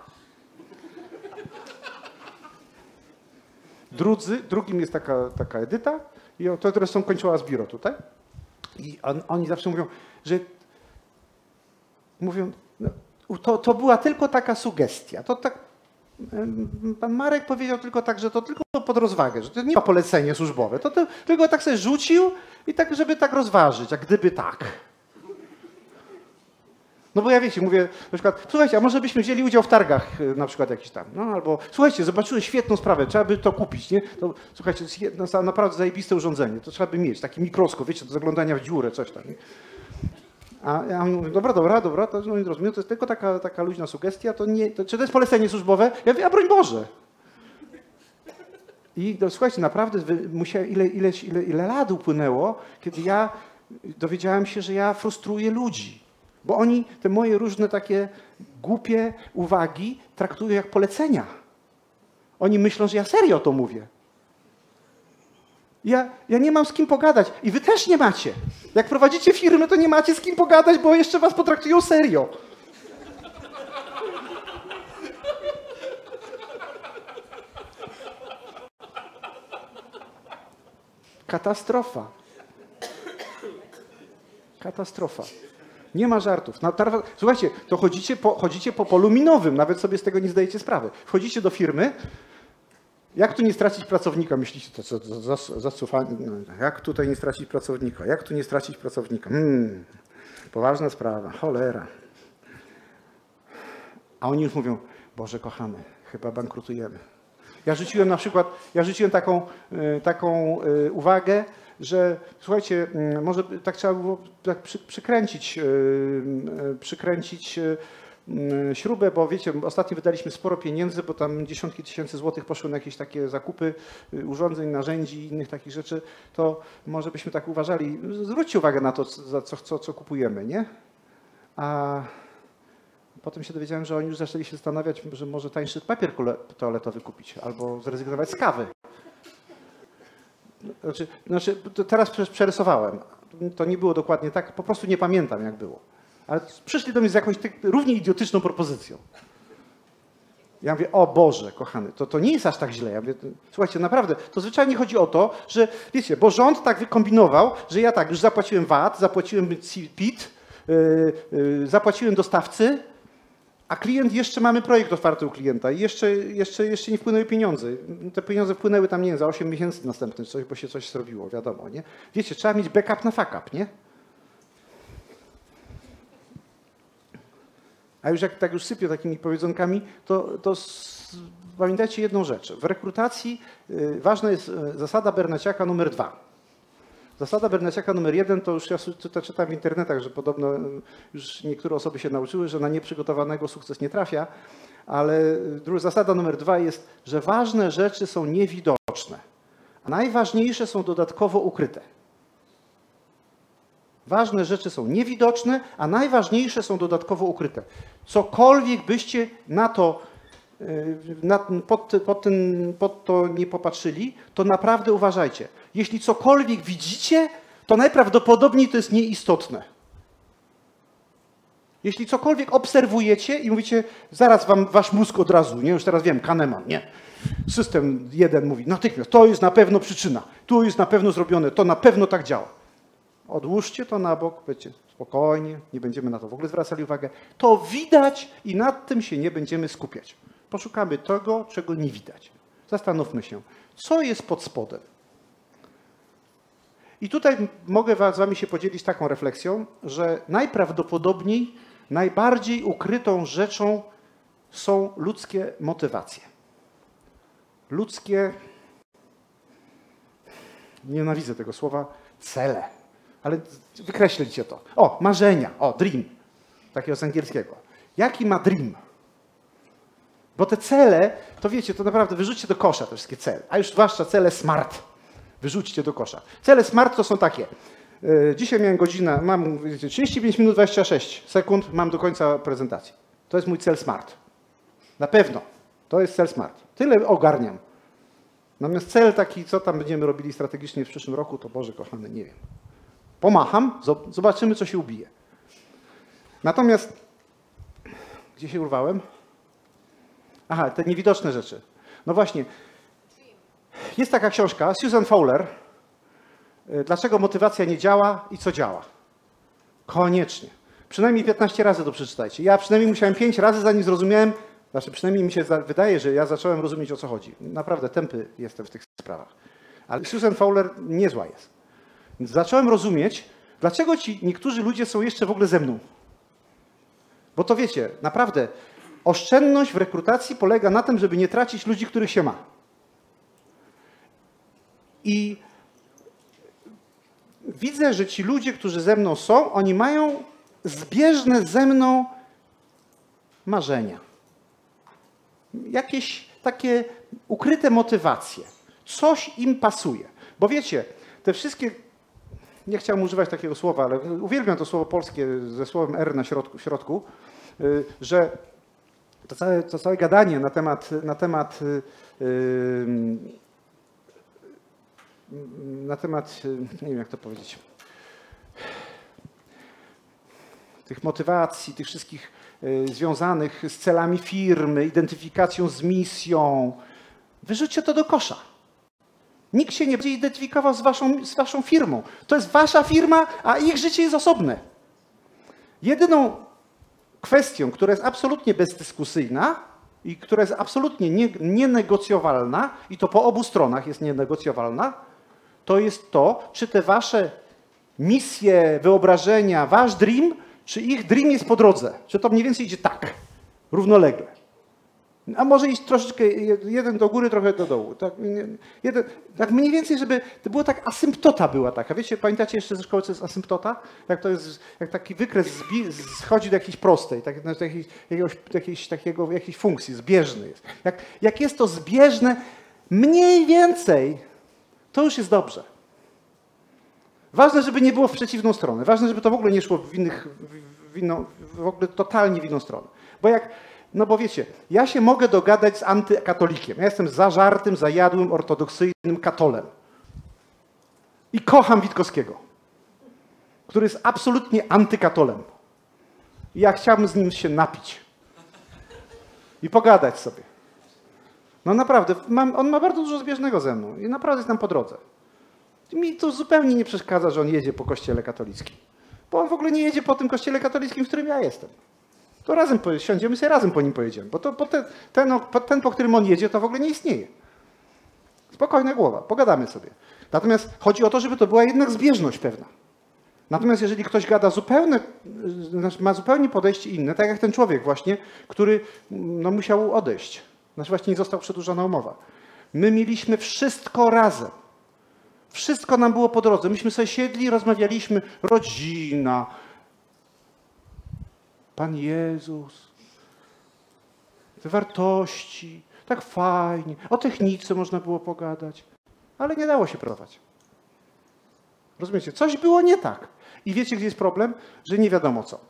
Drudzy, drugim jest taka, taka Edyta. I to zresztą kończyła z biuro tutaj. I on, oni zawsze mówią, że mówią, no, to, to była tylko taka sugestia. To tak, pan Marek powiedział tylko tak, że to tylko pod rozwagę, że to nie ma polecenie służbowe. To, to tylko tak sobie rzucił i tak, żeby tak rozważyć, jak gdyby tak. No bo ja wiecie, mówię na przykład, słuchajcie, a może byśmy wzięli udział w targach na przykład jakiś tam, no albo słuchajcie, zobaczyłem świetną sprawę, trzeba by to kupić, nie? To, słuchajcie, to jest jedno, naprawdę zajebiste urządzenie, to trzeba by mieć, taki mikroskop, wiecie, do zaglądania w dziurę, coś tam. Nie? A ja mówię, dobra, dobra, dobra, to no, rozumiem, to jest tylko taka, taka luźna sugestia, to nie, to, czy to jest polecenie służbowe? Ja mówię, a broń Boże. I no, słuchajcie, naprawdę musiał, ile, ile, ile, ile lat upłynęło, kiedy ja dowiedziałem się, że ja frustruję ludzi. Bo oni te moje różne takie głupie uwagi traktują jak polecenia. Oni myślą, że ja serio to mówię. Ja, ja nie mam z kim pogadać i wy też nie macie. Jak prowadzicie firmy, to nie macie z kim pogadać, bo jeszcze was potraktują serio. Katastrofa. Katastrofa. Nie ma żartów. Słuchajcie, to chodzicie po, chodzicie po polu minowym, nawet sobie z tego nie zdajecie sprawy. Wchodzicie do firmy, jak tu nie stracić pracownika? Myślicie, to co, za, za, za, jak tutaj nie stracić pracownika? Jak tu nie stracić pracownika? Hmm, poważna sprawa, cholera. A oni już mówią, Boże kochany, chyba bankrutujemy. Ja rzuciłem na przykład, ja rzuciłem taką, taką uwagę, że słuchajcie, może tak trzeba było tak przy, przykręcić, yy, przykręcić yy, śrubę, bo wiecie, ostatnio wydaliśmy sporo pieniędzy, bo tam dziesiątki tysięcy złotych poszły na jakieś takie zakupy yy, urządzeń, narzędzi i innych takich rzeczy, to może byśmy tak uważali, zwróćcie uwagę na to, co, co, co, co kupujemy, nie? A potem się dowiedziałem, że oni już zaczęli się zastanawiać, że może tańszy papier toaletowy kupić albo zrezygnować z kawy. Znaczy, znaczy, teraz przerysowałem. To nie było dokładnie tak, po prostu nie pamiętam, jak było. Ale przyszli do mnie z jakąś tak, równie idiotyczną propozycją. Ja mówię, o Boże, kochany, to, to nie jest aż tak źle. Ja mówię, słuchajcie, naprawdę, to zwyczajnie chodzi o to, że wiecie, bo rząd tak wykombinował, że ja tak, już zapłaciłem V A T, zapłaciłem P I T, yy, yy, zapłaciłem dostawcy, a klient, jeszcze mamy projekt otwarty u klienta i jeszcze, jeszcze, jeszcze nie wpłynęły pieniądze. Te pieniądze wpłynęły tam, nie wiem, za osiem miesięcy następnych, coś, bo się coś zrobiło, wiadomo, nie? Wiecie, trzeba mieć backup na fuck up, nie? A już jak tak już sypię takimi powiedzonkami, to, to s- pamiętajcie jedną rzecz. W rekrutacji y, ważna jest y, zasada Bernaciaka numer dwa. Zasada Bernaciaka numer jeden to już ja tutaj czytam w internetach, że podobno już niektóre osoby się nauczyły, że na nieprzygotowanego sukces nie trafia, ale druga zasada numer dwa jest, że ważne rzeczy są niewidoczne, a najważniejsze są dodatkowo ukryte. Ważne rzeczy są niewidoczne, a najważniejsze są dodatkowo ukryte. Cokolwiek byście na to, na, pod, pod, ten, pod to nie popatrzyli, to naprawdę uważajcie. Jeśli cokolwiek widzicie, to najprawdopodobniej to jest nieistotne. Jeśli cokolwiek obserwujecie i mówicie, zaraz wam wasz mózg od razu, nie, już teraz wiem, Kahneman, nie. System jeden mówi, natychmiast, to jest na pewno przyczyna, tu jest na pewno zrobione, to na pewno tak działa. Odłóżcie to na bok, powiedzcie spokojnie, nie będziemy na to w ogóle zwracali uwagę. To widać i nad tym się nie będziemy skupiać. Poszukamy tego, czego nie widać. Zastanówmy się, co jest pod spodem. I tutaj mogę z wami się podzielić taką refleksją, że najprawdopodobniej najbardziej ukrytą rzeczą są ludzkie motywacje. Ludzkie, nienawidzę tego słowa, cele. Ale wykreślcie to. O, marzenia, o, dream, takiego z angielskiego. Jaki ma dream? Bo te cele, to wiecie, to naprawdę wyrzućcie do kosza te wszystkie cele, a już zwłaszcza cele SMART. Wyrzućcie do kosza. Cele SMART to są takie. Dzisiaj miałem godzinę, mam wiecie, trzydzieści pięć minut dwadzieścia sześć sekund, mam do końca prezentacji. To jest mój cel SMART. Na pewno. To jest cel SMART. Tyle ogarniam. Natomiast cel taki, co tam będziemy robili strategicznie w przyszłym roku, to Boże kochany, nie wiem. Pomacham, zobaczymy, co się ubije. Natomiast, gdzie się urwałem? Aha, te niewidoczne rzeczy. No właśnie, jest taka książka, Susan Fowler, Dlaczego motywacja nie działa i co działa. Koniecznie. Przynajmniej piętnaście razy to przeczytajcie. Ja przynajmniej musiałem pięć razy, zanim zrozumiałem, znaczy przynajmniej mi się wydaje, że ja zacząłem rozumieć, o co chodzi. Naprawdę tępy jestem w tych sprawach. Ale Susan Fowler niezła jest. Więc zacząłem rozumieć, dlaczego ci niektórzy ludzie są jeszcze w ogóle ze mną. Bo to wiecie, naprawdę, oszczędność w rekrutacji polega na tym, żeby nie tracić ludzi, których się ma. I widzę, że ci ludzie, którzy ze mną są, oni mają zbieżne ze mną marzenia. Jakieś takie ukryte motywacje. Coś im pasuje. Bo wiecie, te wszystkie, nie chciałem używać takiego słowa, ale uwielbiam to słowo polskie ze słowem R na środku, w środku, że to całe, to całe gadanie na temat, na temat yy, na temat, nie wiem jak to powiedzieć, tych motywacji, tych wszystkich związanych z celami firmy, identyfikacją z misją. Wyrzućcie to do kosza. Nikt się nie będzie identyfikował z waszą, z waszą firmą. To jest wasza firma, a ich życie jest osobne. Jedyną kwestią, która jest absolutnie bezdyskusyjna i która jest absolutnie nie, nienegocjowalna, i to po obu stronach jest nienegocjowalna, to jest to, czy te wasze misje, wyobrażenia, wasz dream, czy ich dream jest po drodze. Czy to mniej więcej idzie tak, równolegle. A może iść troszeczkę, jeden do góry, trochę do dołu. Tak, jeden, tak mniej więcej, żeby to było tak, asymptota była taka. Wiecie, pamiętacie jeszcze ze szkoły, co jest asymptota? Jak to jest, jak taki wykres zbi, schodzi do jakiejś prostej, tak, do jakiejś, jakiegoś, jakiegoś, takiego, jakiejś funkcji, zbieżny jest. Jak, jak jest to zbieżne, mniej więcej, to już jest dobrze. Ważne, żeby nie było w przeciwną stronę. Ważne, żeby to w ogóle nie szło w, innych, w, inną, w ogóle totalnie w inną stronę. Bo jak, no bo wiecie, ja się mogę dogadać z antykatolikiem. Ja jestem zażartym, zajadłym, ortodoksyjnym katolem. I kocham Witkowskiego, który jest absolutnie antykatolem. I ja chciałbym z nim się napić. I pogadać sobie. No naprawdę, mam, on ma bardzo dużo zbieżnego ze mną. I naprawdę jest nam po drodze. Mi to zupełnie nie przeszkadza, że on jedzie po kościele katolickim. Bo on w ogóle nie jedzie po tym kościele katolickim, w którym ja jestem. To razem siądziemy sobie, razem po nim pojedziemy. Bo to, bo ten, ten, ten, po którym on jedzie, to w ogóle nie istnieje. Spokojna głowa, pogadamy sobie. Natomiast chodzi o to, żeby to była jednak zbieżność pewna. Natomiast jeżeli ktoś gada zupełnie, ma zupełnie podejście inne, tak jak ten człowiek właśnie, który no, musiał odejść. Znaczy właśnie nie została przedłużona umowa. My mieliśmy wszystko razem. Wszystko nam było po drodze. Myśmy sobie siedli, rozmawialiśmy. Rodzina. Pan Jezus. Te wartości. Tak fajnie. O technice można było pogadać. Ale nie dało się prowadzić. Rozumiecie? Coś było nie tak. I wiecie, gdzie jest problem? Że nie wiadomo co.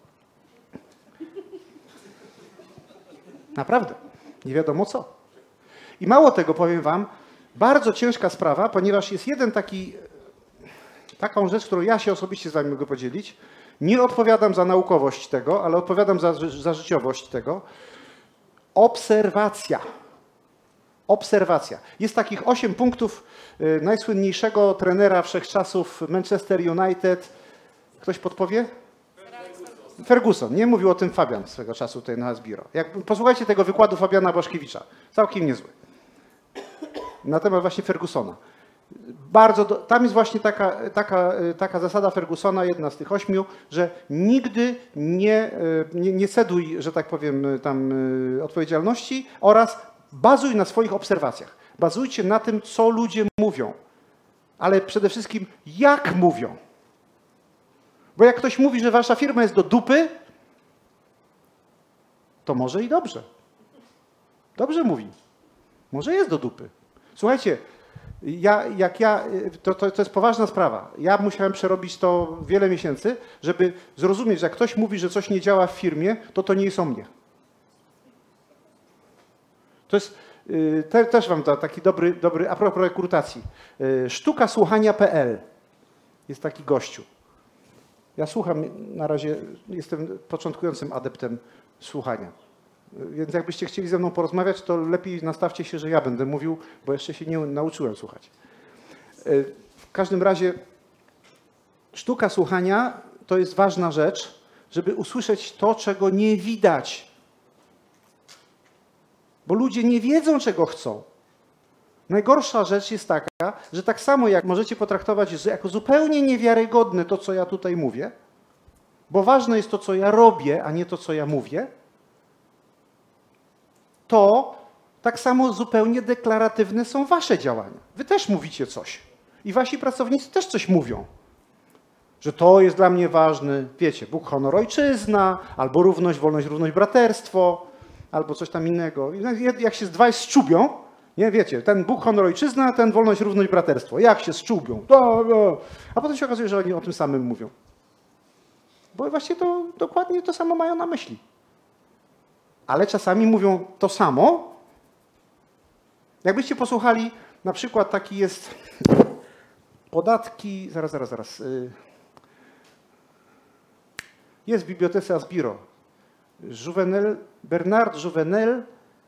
Naprawdę. Nie wiadomo co. I mało tego, powiem wam, bardzo ciężka sprawa, ponieważ jest jeden taki, taką rzecz, którą ja się osobiście z wami mogę podzielić. Nie odpowiadam za naukowość tego, ale odpowiadam za, za życiowość tego. Obserwacja. Obserwacja. Jest takich osiem punktów y, najsłynniejszego trenera wszechczasów Manchester United. Ktoś podpowie? Ferguson. Ferguson. Nie mówił o tym Fabian swego czasu tutaj na Hasbiro. Jak, posłuchajcie tego wykładu Fabiana Błaszkiewicza. Całkiem niezły. Na temat właśnie Fergusona. Bardzo do, tam jest właśnie taka, taka, taka zasada Fergusona, jedna z tych ośmiu, że nigdy nie, nie, nie ceduj, że tak powiem, tam odpowiedzialności oraz bazuj na swoich obserwacjach. Bazujcie na tym, co ludzie mówią, ale przede wszystkim jak mówią. Bo jak ktoś mówi, że wasza firma jest do dupy, to może i dobrze. Dobrze mówi. Może jest do dupy. Słuchajcie, ja, jak ja, to, to, to jest poważna sprawa. Ja musiałem przerobić to wiele miesięcy, żeby zrozumieć, że jak ktoś mówi, że coś nie działa w firmie, to to nie jest o mnie. To jest, te, też wam da taki dobry, dobry, a propos rekrutacji. sztuka słuchania kropka p l. Jest taki gościu. Ja słucham, na razie jestem początkującym adeptem słuchania. Więc jakbyście chcieli ze mną porozmawiać, to lepiej nastawcie się, że ja będę mówił, bo jeszcze się nie nauczyłem słuchać. W każdym razie sztuka słuchania to jest ważna rzecz, żeby usłyszeć to, czego nie widać. Bo ludzie nie wiedzą, czego chcą. Najgorsza rzecz jest taka, że tak samo jak możecie potraktować jako zupełnie niewiarygodne to, co ja tutaj mówię, bo ważne jest to, co ja robię, a nie to, co ja mówię, to tak samo zupełnie deklaratywne są wasze działania. Wy też mówicie coś. I wasi pracownicy też coś mówią. Że to jest dla mnie ważne, wiecie, Bóg, honor, ojczyzna, albo równość, wolność, równość, braterstwo, albo coś tam innego. Jak się dwaj zczubią, nie, wiecie, ten Bóg, honor, ojczyzna, ten wolność, równość, braterstwo. Jak się zczubią. A potem się okazuje, że oni o tym samym mówią. Bo właściwie to dokładnie to samo mają na myśli. Ale czasami mówią to samo. Jakbyście posłuchali, na przykład taki jest podatki, zaraz, zaraz, zaraz. Jest w bibliotece Asbiro. Juvenel, Bernard Juvenel,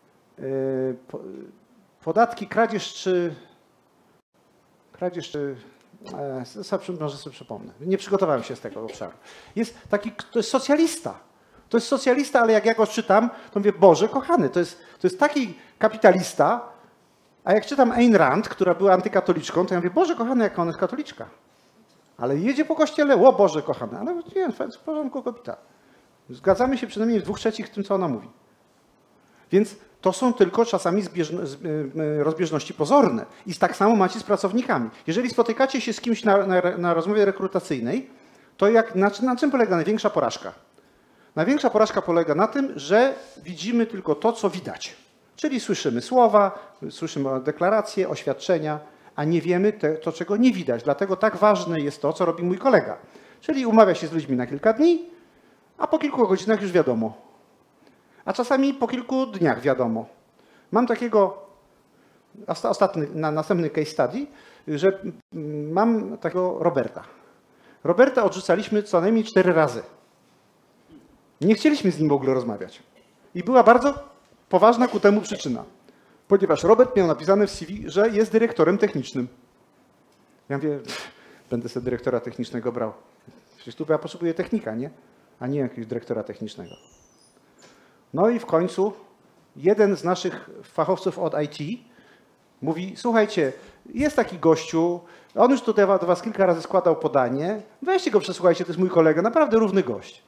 podatki, kradzież czy... Kradzież czy... Może sobie przypomnę. Nie przygotowałem się z tego obszaru. Jest taki, to jest socjalista. To jest socjalista, ale jak ja go czytam, to mówię, Boże kochany, to jest, to jest taki kapitalista, a jak czytam Ayn Rand, która była antykatoliczką, to ja mówię, Boże kochany, jaka ona jest katoliczka. Ale jedzie po kościele, o Boże kochany, ale nie, w porządku kobieta. Zgadzamy się przynajmniej w dwóch trzecich w tym, co ona mówi. Więc to są tylko czasami zbieżno, rozbieżności pozorne. I tak samo macie z pracownikami. Jeżeli spotykacie się z kimś na, na, na rozmowie rekrutacyjnej, to jak, na, na czym polega największa porażka? Największa porażka polega na tym, że widzimy tylko to, co widać. Czyli słyszymy słowa, słyszymy deklaracje, oświadczenia, a nie wiemy te, to, czego nie widać. Dlatego tak ważne jest to, co robi mój kolega. Czyli umawia się z ludźmi na kilka dni, a po kilku godzinach już wiadomo. A czasami po kilku dniach wiadomo. Mam takiego, ostatni, na następny case study, że mam takiego Roberta. Roberta odrzucaliśmy co najmniej cztery razy. Nie chcieliśmy z nim w ogóle rozmawiać. I była bardzo poważna ku temu przyczyna. Ponieważ Robert miał napisane w C V, że jest dyrektorem technicznym. Ja mówię, będę sobie dyrektora technicznego brał. Przecież tu ja potrzebuję technika, nie? A nie jakiegoś dyrektora technicznego. No i w końcu jeden z naszych fachowców od I T mówi, słuchajcie, jest taki gościu, on już tutaj do was kilka razy składał podanie, weźcie go, przesłuchajcie, to jest mój kolega, naprawdę równy gość.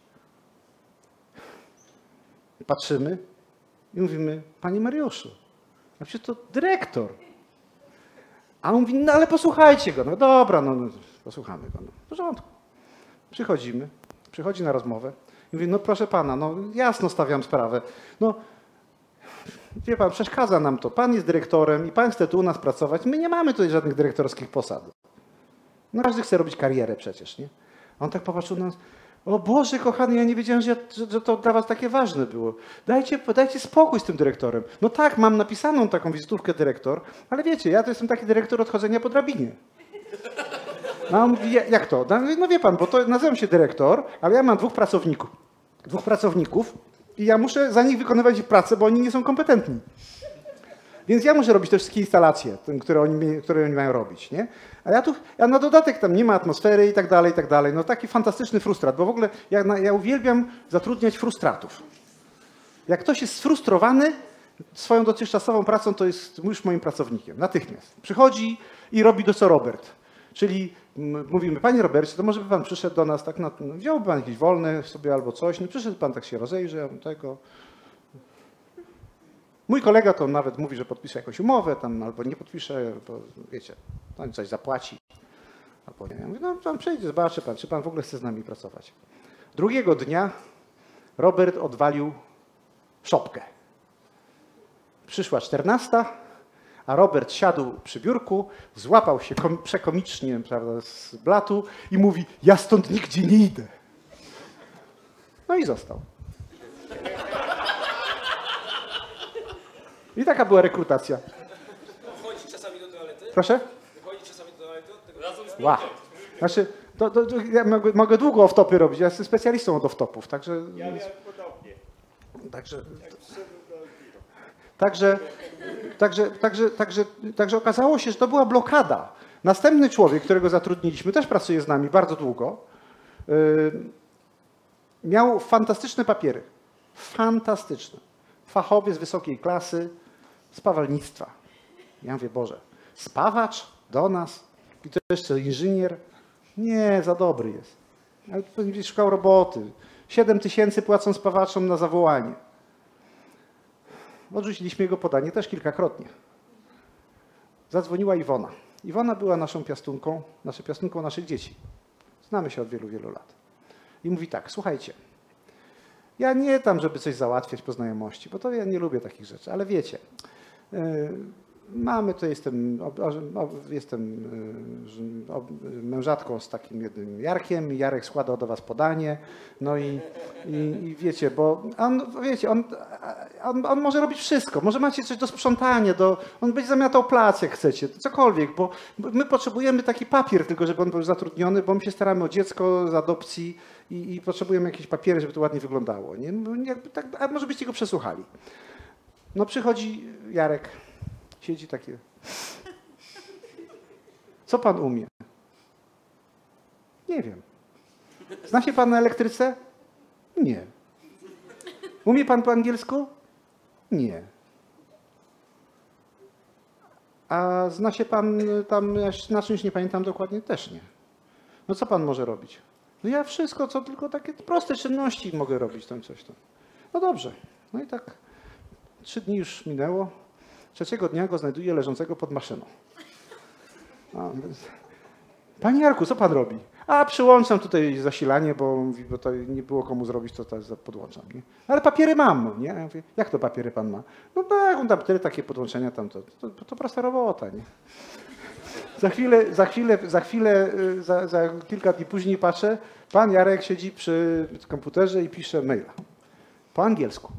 Patrzymy i mówimy, panie Mariuszu, a przecież to dyrektor. A on mówi, no ale posłuchajcie go. No dobra, no, no posłuchamy go. No, w porządku. Przychodzimy, przychodzi na rozmowę i mówi, no proszę pana, no jasno stawiam sprawę. No wie pan, przeszkadza nam to. Pan jest dyrektorem i pan chce tu u nas pracować. My nie mamy tutaj żadnych dyrektorskich posad. No każdy chce robić karierę przecież, nie? A on tak popatrzył na nas. O Boże kochany, ja nie wiedziałem, że, że, że to dla was takie ważne było. Dajcie, dajcie spokój z tym dyrektorem. No tak, mam napisaną taką wizytówkę dyrektor, ale wiecie, ja to jestem taki dyrektor odchodzenia po drabinie. No on mówi, jak to? No wie pan, bo to nazywam się dyrektor, ale ja mam dwóch pracowników. Dwóch pracowników i ja muszę za nich wykonywać pracę, bo oni nie są kompetentni. Więc ja muszę robić te wszystkie instalacje, które oni, które oni mają robić, nie? A ja tu, a na dodatek tam nie ma atmosfery i tak dalej, i tak dalej. No taki fantastyczny frustrat, bo w ogóle ja, ja uwielbiam zatrudniać frustratów. Jak ktoś jest sfrustrowany swoją dotychczasową pracą, to jest już moim pracownikiem, natychmiast. Przychodzi i robi to, co Robert. Czyli mówimy, panie Robercie, to może by pan przyszedł do nas, tak, no, wziąłby pan jakiś wolny sobie albo coś, no przyszedł pan, tak się rozejrzy, tego... Mój kolega to nawet mówi, że podpisze jakąś umowę, tam albo nie podpisze, bo wiecie, on coś zapłaci. Albo nie. Ja mówię, no pan przejdzie, zobaczy pan, czy pan w ogóle chce z nami pracować. Drugiego dnia Robert odwalił szopkę. Przyszła czternasta, a Robert siadł przy biurku, złapał się przekomicznie, prawda, z blatu i mówi, ja stąd nigdzie nie idę. No i został. I taka była rekrutacja. Wychodzi czasami do toalety? Proszę? Wychodzi czasami do toalety? Razem z Wow. Znaczy, to, to, to ja mogę, mogę długo off-topy robić, ja jestem specjalistą od off-topów, także... Ja miałem podobnie. Także, Jak przyszedłem do Alpiro. także, także, także, także, także okazało się, że to była blokada. Następny człowiek, którego zatrudniliśmy, też pracuje z nami bardzo długo. Yy, miał fantastyczne papiery. Fantastyczne. Fachowiec wysokiej klasy, spawalnictwa. Ja mówię, Boże, spawacz do nas i to jeszcze inżynier? Nie, za dobry jest. Ale pewnie szukał roboty. Siedem tysięcy płacą spawaczom na zawołanie. Odrzuciliśmy jego podanie też kilkakrotnie. Zadzwoniła Iwona. Iwona była naszą piastunką, naszą piastunką naszych dzieci. Znamy się od wielu, wielu lat. I mówi tak, słuchajcie, ja nie tam, żeby coś załatwiać po znajomości, bo to ja nie lubię takich rzeczy, ale wiecie, yy, mamy, to jestem, ob, ob, jestem yy, ob, mężatką z takim jednym Jarkiem, Jarek składał do was podanie, no i, i, i wiecie, bo on, wiecie, on, on, on może robić wszystko, może macie coś do sprzątania, do, on będzie zamiatał plac, jak chcecie, cokolwiek, bo, bo my potrzebujemy taki papier tylko, żeby on był zatrudniony, bo my się staramy o dziecko z adopcji i, i potrzebujemy jakieś papiery, żeby to ładnie wyglądało, nie? Jakby tak, a może byście go przesłuchali. No przychodzi Jarek, siedzi takie. Co pan umie? Nie wiem. Zna się pan na elektryce? Nie. Umie pan po angielsku? Nie. A zna się pan tam, na czymś nie pamiętam dokładnie? Też nie. No co pan może robić? No ja wszystko, co tylko takie proste czynności mogę robić, tam coś tam. No dobrze. No i tak trzy dni już minęło. Trzeciego dnia go znajduję leżącego pod maszyną. A, Panie Jarku, co pan robi? A przyłączam tutaj zasilanie, bo, mówi, bo to nie było komu zrobić, to teraz podłączam. Nie? Ale papiery mam, nie? Ja mówię, jak to papiery pan ma? No tak, on tam tyle takie podłączenia, tam to, to, to prosta robota, nie? Za chwilę, za chwilę, za chwilę, za, za kilka dni później patrzę, pan Jarek siedzi przy komputerze i pisze maila. Po angielsku.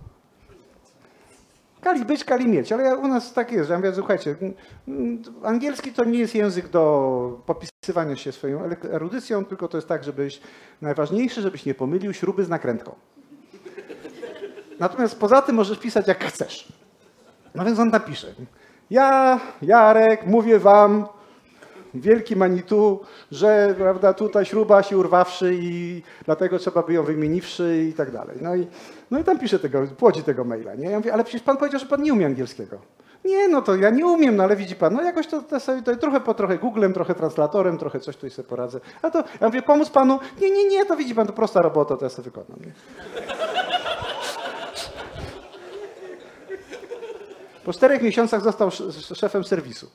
Kali być, kali mieć, ale ja, u nas tak jest, że ja mówię, słuchajcie, angielski to nie jest język do popisywania się swoją erudycją, tylko to jest tak, żebyś, najważniejsze, żebyś nie pomylił śruby z nakrętką. Natomiast poza tym możesz pisać jak chcesz. No więc on napisze. Ja, Jarek, mówię wam, wielki Manitu, że prawda, tutaj śruba się urwawszy i dlatego trzeba by ją wymieniwszy i tak dalej. No i, no i tam pisze tego, płodzi tego maila. Nie? Ja mówię, ale przecież pan powiedział, że pan nie umie angielskiego. Nie, no to ja nie umiem, no ale widzi pan, no jakoś to, to, sobie, to trochę po trochę Googlem, trochę translatorem, trochę coś tu sobie poradzę. A to ja mówię, pomóc panu? Nie, nie, nie, to widzi pan, to prosta robota, to ja sobie wykonam. Nie? Po czterech miesiącach został szefem serwisu.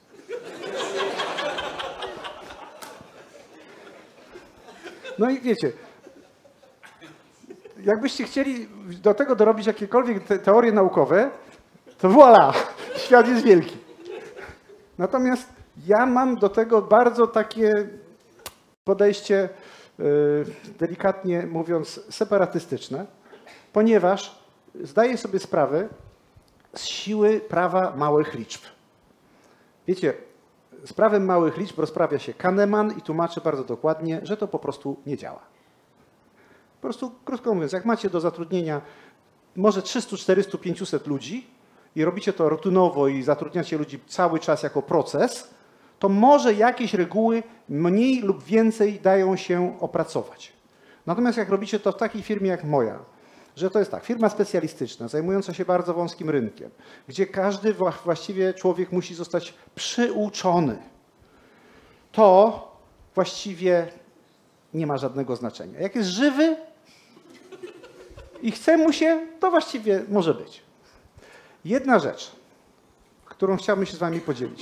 No i wiecie, jakbyście chcieli do tego dorobić jakiekolwiek te teorie naukowe, to voilà, świat jest wielki. Natomiast ja mam do tego bardzo takie podejście, yy, delikatnie mówiąc, separatystyczne, ponieważ zdaję sobie sprawę z siły prawa małych liczb. Wiecie, z prawem małych liczb rozprawia się Kahneman i tłumaczy bardzo dokładnie, że to po prostu nie działa. Po prostu, krótko mówiąc, jak macie do zatrudnienia może trzysta, czterysta, pięćset ludzi i robicie to rutynowo i zatrudniacie ludzi cały czas jako proces, to może jakieś reguły mniej lub więcej dają się opracować. Natomiast jak robicie to w takiej firmie jak moja, że to jest tak, firma specjalistyczna, zajmująca się bardzo wąskim rynkiem, gdzie każdy właściwie człowiek musi zostać przyuczony, to właściwie nie ma żadnego znaczenia. Jak jest żywy i chce mu się, to właściwie może być. Jedna rzecz, którą chciałbym się z wami podzielić.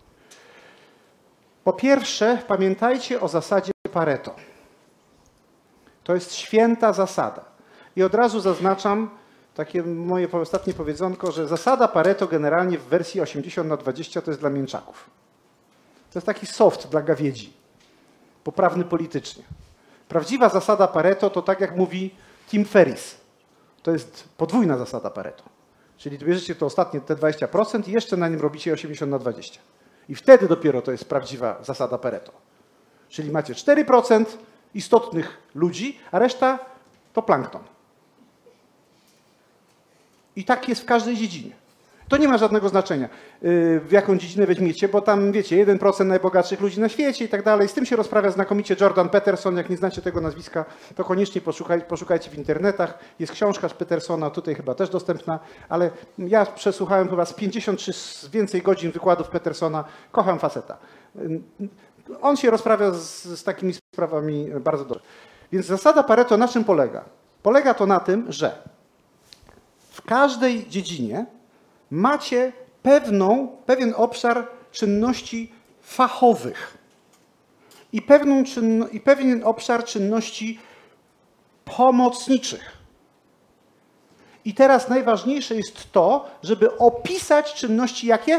Po pierwsze, pamiętajcie o zasadzie Pareto. To jest święta zasada. I od razu zaznaczam takie moje ostatnie powiedzonko, że zasada Pareto generalnie w wersji osiemdziesiąt na dwadzieścia to jest dla mięczaków. To jest taki soft dla gawiedzi, poprawny politycznie. Prawdziwa zasada Pareto to tak jak mówi Tim Ferriss. To jest podwójna zasada Pareto. Czyli bierzecie to ostatnie te dwadzieścia procent i jeszcze na nim robicie osiemdziesiąt na dwadzieścia. I wtedy dopiero to jest prawdziwa zasada Pareto. Czyli macie cztery procent istotnych ludzi, a reszta to plankton. I tak jest w każdej dziedzinie. To nie ma żadnego znaczenia, w jaką dziedzinę weźmiecie, bo tam, wiecie, jeden procent najbogatszych ludzi na świecie i tak dalej. Z tym się rozprawia znakomicie Jordan Peterson. Jak nie znacie tego nazwiska, to koniecznie poszukaj, poszukajcie w internetach. Jest książka z Petersona, tutaj chyba też dostępna, ale ja przesłuchałem chyba z pięćdziesiąt czy z więcej godzin wykładów Petersona. Kocham faceta. On się rozprawia z, z takimi sprawami bardzo dobrze. Więc zasada Pareto na czym polega? Polega to na tym, że w każdej dziedzinie macie pewną, pewien obszar czynności fachowych i, pewną czynno, i pewien obszar czynności pomocniczych. I teraz najważniejsze jest to, żeby opisać czynności jakie?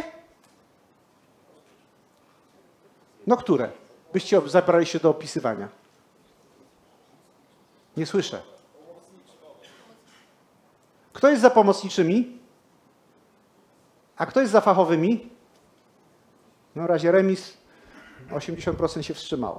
No które? Byście zabrali się do opisywania. Nie słyszę. Kto jest za pomocniczymi? A kto jest za fachowymi? No w razie remis osiemdziesiąt procent się wstrzymało.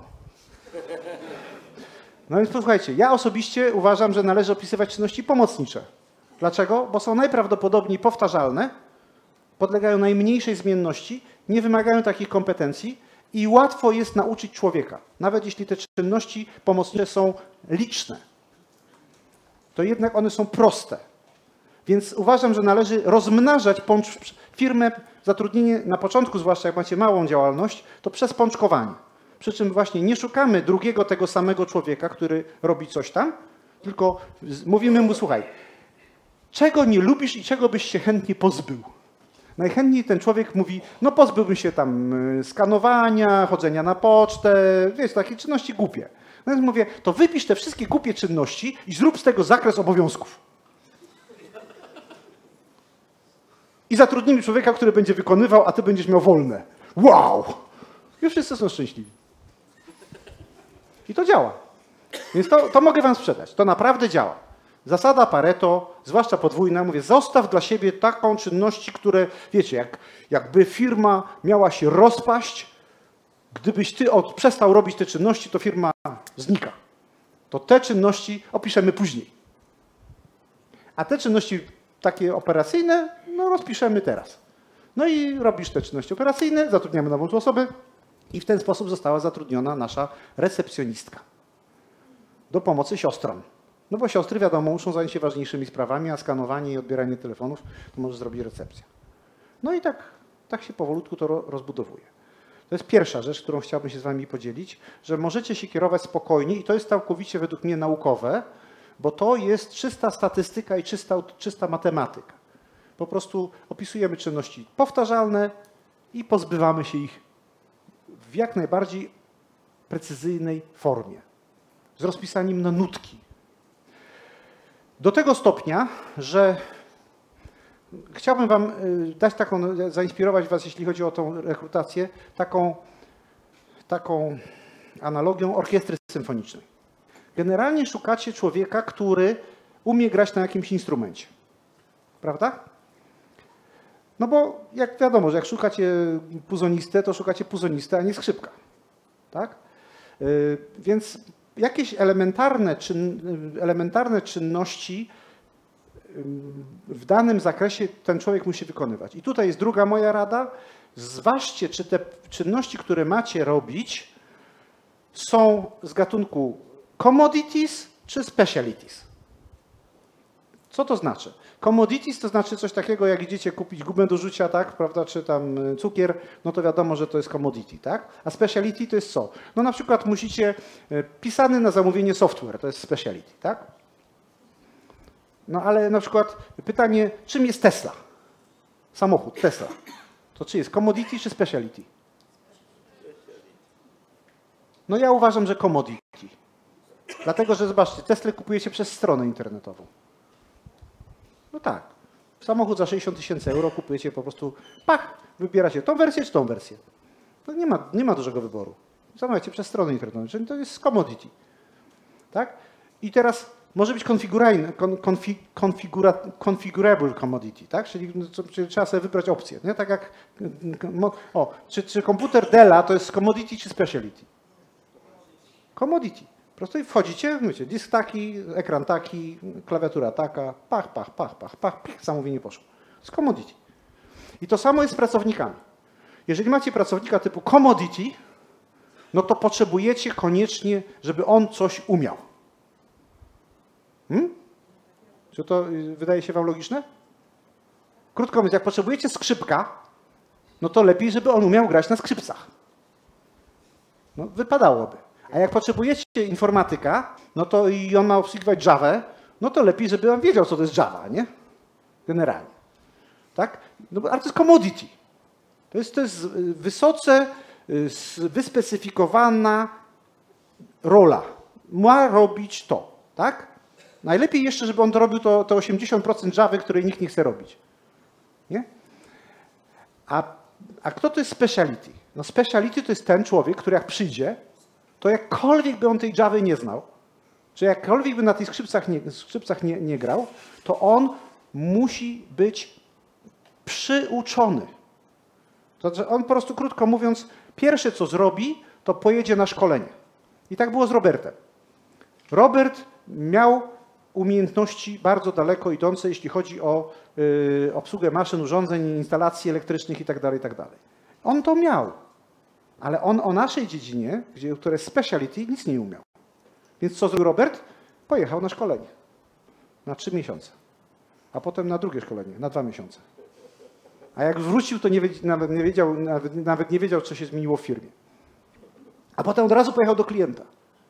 No więc posłuchajcie, ja osobiście uważam, że należy opisywać czynności pomocnicze. Dlaczego? Bo są najprawdopodobniej powtarzalne, podlegają najmniejszej zmienności, nie wymagają takich kompetencji i łatwo jest nauczyć człowieka. Nawet jeśli te czynności pomocnicze są liczne, to jednak one są proste. Więc uważam, że należy rozmnażać pącz... firmę, zatrudnienie na początku, zwłaszcza jak macie małą działalność, to przez pączkowanie. Przy czym właśnie nie szukamy drugiego tego samego człowieka, który robi coś tam, tylko mówimy mu, słuchaj, czego nie lubisz i czego byś się chętnie pozbył? Najchętniej ten człowiek mówi, no pozbyłbym się tam skanowania, chodzenia na pocztę, wiesz, takie czynności głupie. No więc mówię, to wypisz te wszystkie głupie czynności i zrób z tego zakres obowiązków. I zatrudnimy człowieka, który będzie wykonywał, a ty będziesz miał wolne. Wow! Już wszyscy są szczęśliwi. I to działa. Więc to, to mogę wam sprzedać. To naprawdę działa. Zasada Pareto, zwłaszcza podwójna, mówię, zostaw dla siebie taką czynności, które, wiecie, jak, jakby firma miała się rozpaść, gdybyś ty od, przestał robić te czynności, to firma znika. To te czynności opiszemy później. A te czynności takie operacyjne, no rozpiszemy teraz. No i robisz te czynności operacyjne, zatrudniamy nową osobę i w ten sposób została zatrudniona nasza recepcjonistka do pomocy siostrom. No bo siostry, wiadomo, muszą zająć się ważniejszymi sprawami, a skanowanie i odbieranie telefonów to może zrobić recepcja. No i tak, tak się powolutku to rozbudowuje. To jest pierwsza rzecz, którą chciałbym się z wami podzielić, że możecie się kierować spokojnie i to jest całkowicie według mnie naukowe, bo to jest czysta statystyka i czysta, czysta matematyka. Po prostu opisujemy czynności powtarzalne i pozbywamy się ich w jak najbardziej precyzyjnej formie. Z rozpisaniem na nutki. Do tego stopnia, że chciałbym wam dać taką, zainspirować was, jeśli chodzi o tą rekrutację, taką, taką analogią orkiestry symfonicznej. Generalnie szukacie człowieka, który umie grać na jakimś instrumencie. Prawda? No bo jak wiadomo, że jak szukacie puzonistę, to szukacie puzonistę, a nie skrzypka. Tak? Yy, więc jakieś elementarne, czyn, elementarne czynności w danym zakresie ten człowiek musi wykonywać. I tutaj jest druga moja rada. Zważcie, czy te czynności, które macie robić, są z gatunku commodities czy specialities. Co to znaczy? Commodities to znaczy coś takiego, jak idziecie kupić gumę do rzucia, tak, prawda, czy tam cukier, no to wiadomo, że to jest commodity, tak? A speciality to jest co? No na przykład musicie, pisany na zamówienie software, to jest speciality, tak? No ale na przykład pytanie, czym jest Tesla? Samochód, Tesla. To czy jest commodity czy speciality? No ja uważam, że commodity. Dlatego, że zobaczcie, Teslę kupujecie przez stronę internetową. No tak. Samochód za sześćdziesiąt tysięcy euro kupujecie po prostu, pach, wybieracie tą wersję czy tą wersję. No nie ma, nie ma dużego wyboru. Zamawiacie przez stronę internetową, czyli to jest commodity. Tak? I teraz może być configura, configurable commodity, tak? Czyli, czyli trzeba sobie wybrać opcję. Nie? Tak jak, o, czy, czy komputer Della to jest commodity czy speciality? Commodity. Po prostu wchodzicie, mówicie, dysk taki, ekran taki, klawiatura taka, pach, pach, pach, pach, pach, pach, zamówienie poszło. To jest commodity. I to samo jest z pracownikami. Jeżeli macie pracownika typu commodity, no to potrzebujecie koniecznie, żeby on coś umiał. Hmm? Czy to wydaje się wam logiczne? Krótko mówiąc, jak potrzebujecie skrzypka, no to lepiej, żeby on umiał grać na skrzypcach. No, wypadałoby. A jak potrzebujecie informatyka, no to i on ma obsługiwać Javę, no to lepiej, żeby on wiedział, co to jest Java, nie? Generalnie. Tak? No, ale to jest commodity. To jest, to jest wysoce wyspecyfikowana rola. Ma robić to, tak? Najlepiej jeszcze, żeby on robił to, to osiemdziesiąt procent Javy, której nikt nie chce robić. Nie? A, a kto to jest speciality? No speciality to jest ten człowiek, który jak przyjdzie, to jakkolwiek by on tej Javy nie znał, czy jakkolwiek by na tych skrzypcach nie, skrzypcach nie, nie grał, to on musi być przyuczony. To znaczy on po prostu, krótko mówiąc, pierwsze co zrobi, to pojedzie na szkolenie. I tak było z Robertem. Robert miał umiejętności bardzo daleko idące, jeśli chodzi o y, obsługę maszyn, urządzeń, instalacji elektrycznych itd., itd. On to miał, ale on o naszej dziedzinie, gdzie, które jest speciality, nic nie umiał. Więc co zrobił Robert? Pojechał na szkolenie na trzy miesiące, a potem na drugie szkolenie, na dwa miesiące. A jak wrócił, to nie wiedział, nawet, nie wiedział, nawet, nawet nie wiedział, co się zmieniło w firmie. A potem od razu pojechał do klienta.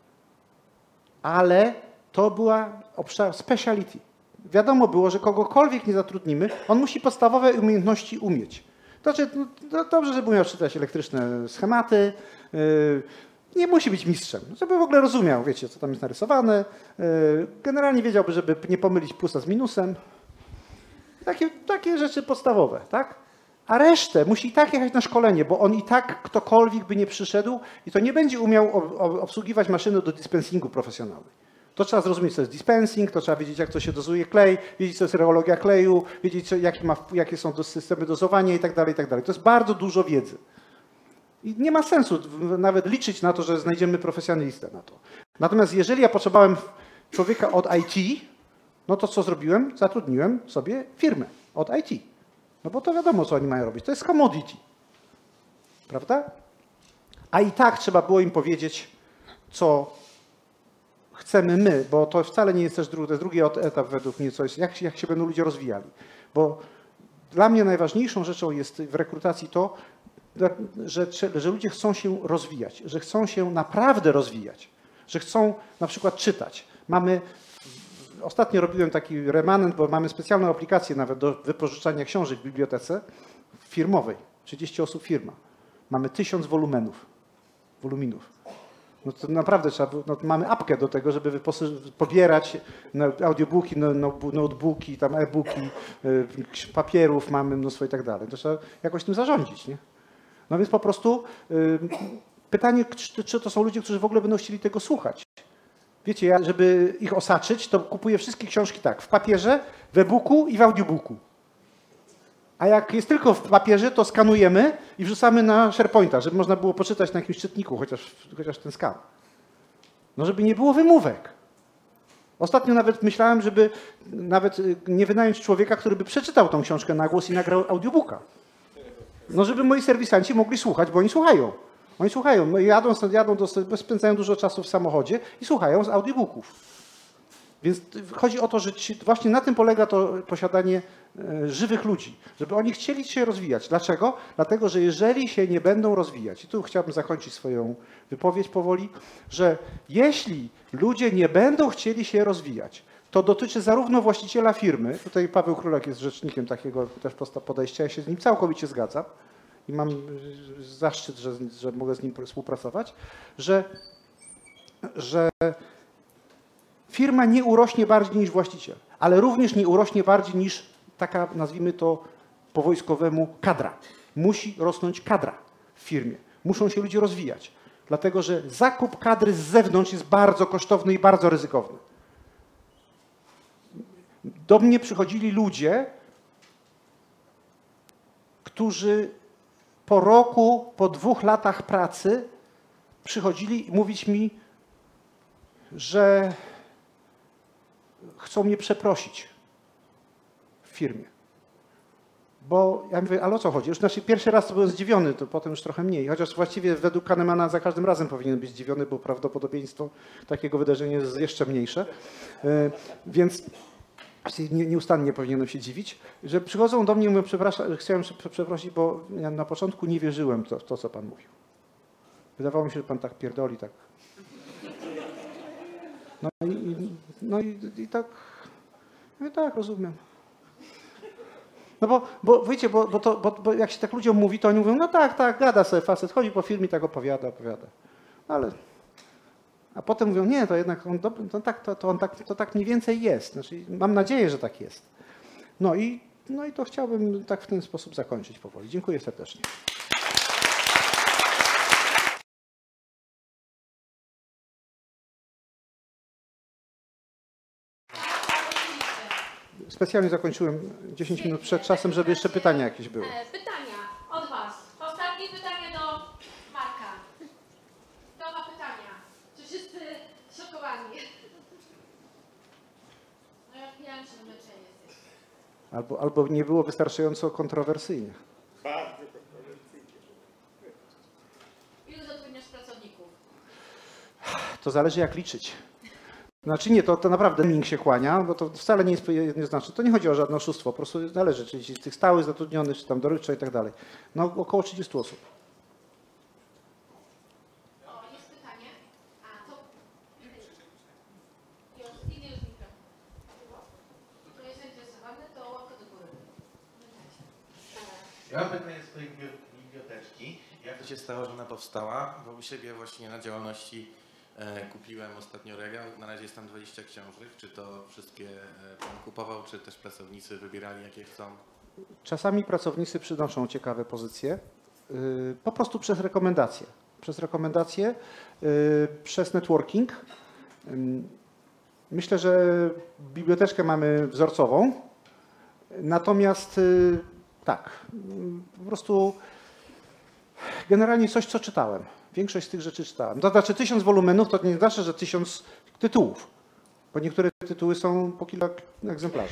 Ale to była obszar speciality. Wiadomo było, że kogokolwiek nie zatrudnimy, on musi podstawowe umiejętności umieć. To znaczy, no, dobrze, żeby umiał czytać elektryczne schematy, yy, nie musi być mistrzem, żeby w ogóle rozumiał, wiecie, co tam jest narysowane. Yy, generalnie wiedziałby, żeby nie pomylić plusa z minusem. Takie, takie rzeczy podstawowe, tak? A resztę musi i tak jechać na szkolenie, bo on i tak ktokolwiek by nie przyszedł i to nie będzie umiał obsługiwać maszyny do dispensingu profesjonalnej. To trzeba zrozumieć, co jest dispensing, to trzeba wiedzieć, jak to się dozuje klej, wiedzieć, co jest reologia kleju, wiedzieć, co, jaki ma, jakie są systemy dozowania i tak dalej, i tak dalej. To jest bardzo dużo wiedzy. I nie ma sensu nawet liczyć na to, że znajdziemy profesjonalistę na to. Natomiast jeżeli ja potrzebowałem człowieka od I T, no to co zrobiłem? Zatrudniłem sobie firmę od I T. No bo to wiadomo, co oni mają robić. To jest commodity. Prawda? A i tak trzeba było im powiedzieć, co chcemy my, bo to wcale nie jest też drugi, to jest drugi etap według mnie, co jest, jak, jak się będą ludzie rozwijali. Bo dla mnie najważniejszą rzeczą jest w rekrutacji to, że, że ludzie chcą się rozwijać, że chcą się naprawdę rozwijać, że chcą na przykład czytać. Mamy Ostatnio robiłem taki remanent, bo mamy specjalną aplikację nawet do wypożyczania książek w bibliotece firmowej. trzydzieści osób firma. Mamy tysiąc wolumenów, woluminów. No to naprawdę trzeba, no mamy apkę do tego, żeby pobierać audiobooki, notebooki, tam e-booki, papierów mamy mnóstwo i tak dalej. To trzeba jakoś tym zarządzić, nie? No więc po prostu yy, pytanie, czy, czy to są ludzie, którzy w ogóle będą chcieli tego słuchać. Wiecie, ja, żeby ich osaczyć, to kupuję wszystkie książki tak, w papierze, w e-booku i w audiobooku. A jak jest tylko w papierze, to skanujemy i wrzucamy na SharePointa, żeby można było poczytać na jakimś czytniku, chociaż, chociaż ten skan. No żeby nie było wymówek. Ostatnio nawet myślałem, żeby nawet nie wynająć człowieka, który by przeczytał tą książkę na głos i nagrał audiobooka. No żeby moi serwisanci mogli słuchać, bo oni słuchają. Oni słuchają, no jadą, jadą do, spędzają dużo czasu w samochodzie i słuchają z audiobooków. Więc chodzi o to, że ci, właśnie na tym polega to posiadanie e, żywych ludzi, żeby oni chcieli się rozwijać. Dlaczego? Dlatego, że jeżeli się nie będą rozwijać, i tu chciałbym zakończyć swoją wypowiedź powoli, że jeśli ludzie nie będą chcieli się rozwijać, to dotyczy zarówno właściciela firmy, tutaj Paweł Królak jest rzecznikiem takiego też podejścia, ja się z nim całkowicie zgadzam, i mam zaszczyt, że, że mogę z nim współpracować, że, że firma nie urośnie bardziej niż właściciel, ale również nie urośnie bardziej niż taka, nazwijmy to po wojskowemu, kadra. Musi rosnąć kadra w firmie. Muszą się ludzie rozwijać, dlatego że zakup kadry z zewnątrz jest bardzo kosztowny i bardzo ryzykowny. Do mnie przychodzili ludzie, którzy po roku, po dwóch latach pracy przychodzili mówić mi, że chcą mnie przeprosić w firmie, Bo ja mówię, ale o co chodzi? Już znaczy pierwszy raz to byłem zdziwiony, to potem już trochę mniej. Chociaż właściwie według Kahnemana za każdym razem powinien być zdziwiony, bo prawdopodobieństwo takiego wydarzenia jest jeszcze mniejsze. Yy, więc nie, nieustannie powinienem się dziwić, że przychodzą do mnie i mówią, przepraszam, chciałem przeprosić, bo ja na początku nie wierzyłem w to, w to, co pan mówił. Wydawało mi się, że pan tak pierdoli, tak. No i, no i, i tak, no i tak, rozumiem. No bo, bo wiecie, bo, bo, to, bo, bo jak się tak ludziom mówi, to oni mówią, no tak, tak, gada sobie facet, chodzi po firmie, tak opowiada, opowiada. Ale, a potem mówią, nie, to jednak on, to, tak, to, to on tak, to tak mniej więcej jest. Znaczy, mam nadzieję, że tak jest. No i, no i to chciałbym tak w ten sposób zakończyć powoli. Dziękuję serdecznie. Specjalnie zakończyłem dziesięć minut przed czasem, żeby jeszcze pytania jakieś były. Pytania od Was. Ostatnie pytanie do Marka. Kto ma pytania? Czy wszyscy szokowani? No ja wiem, że zmęczeni jesteście. Albo, albo nie było wystarczająco kontrowersyjnie. Bardzo kontrowersyjnie. Ilu zatrudniasz pracowników? To zależy jak liczyć. Znaczy nie, to, to naprawdę ming się kłania, bo to wcale nie jest jednoznaczne. To nie chodzi o żadne oszustwo, po prostu zależy, czy z tych stałych zatrudnionych, czy tam dorywczo i tak dalej. No około trzydziestu osób. O, jest pytanie. A, to... Już, idę już mikrofon. Kto jest zainteresowany, to łapkę do góry. Ja mam pytanie z tej biblioteczki. Jak to się stało, że ona powstała? Bo u siebie właśnie na działalności e, kupiłem ostatnio regał. Na razie jest tam dwadzieścia książek. Czy to wszystkie e, pan kupował, czy też pracownicy wybierali jakie chcą? Czasami pracownicy przynoszą ciekawe pozycje, yy, po prostu przez rekomendacje. Przez rekomendacje, yy, przez networking. Yy, myślę, że biblioteczkę mamy wzorcową, natomiast yy, tak, yy, po prostu generalnie coś, co czytałem. Większość z tych rzeczy czytałem. To znaczy tysiąc wolumenów to nie znaczy, że tysiąc tytułów, bo niektóre tytuły są po kilka egzemplarzy.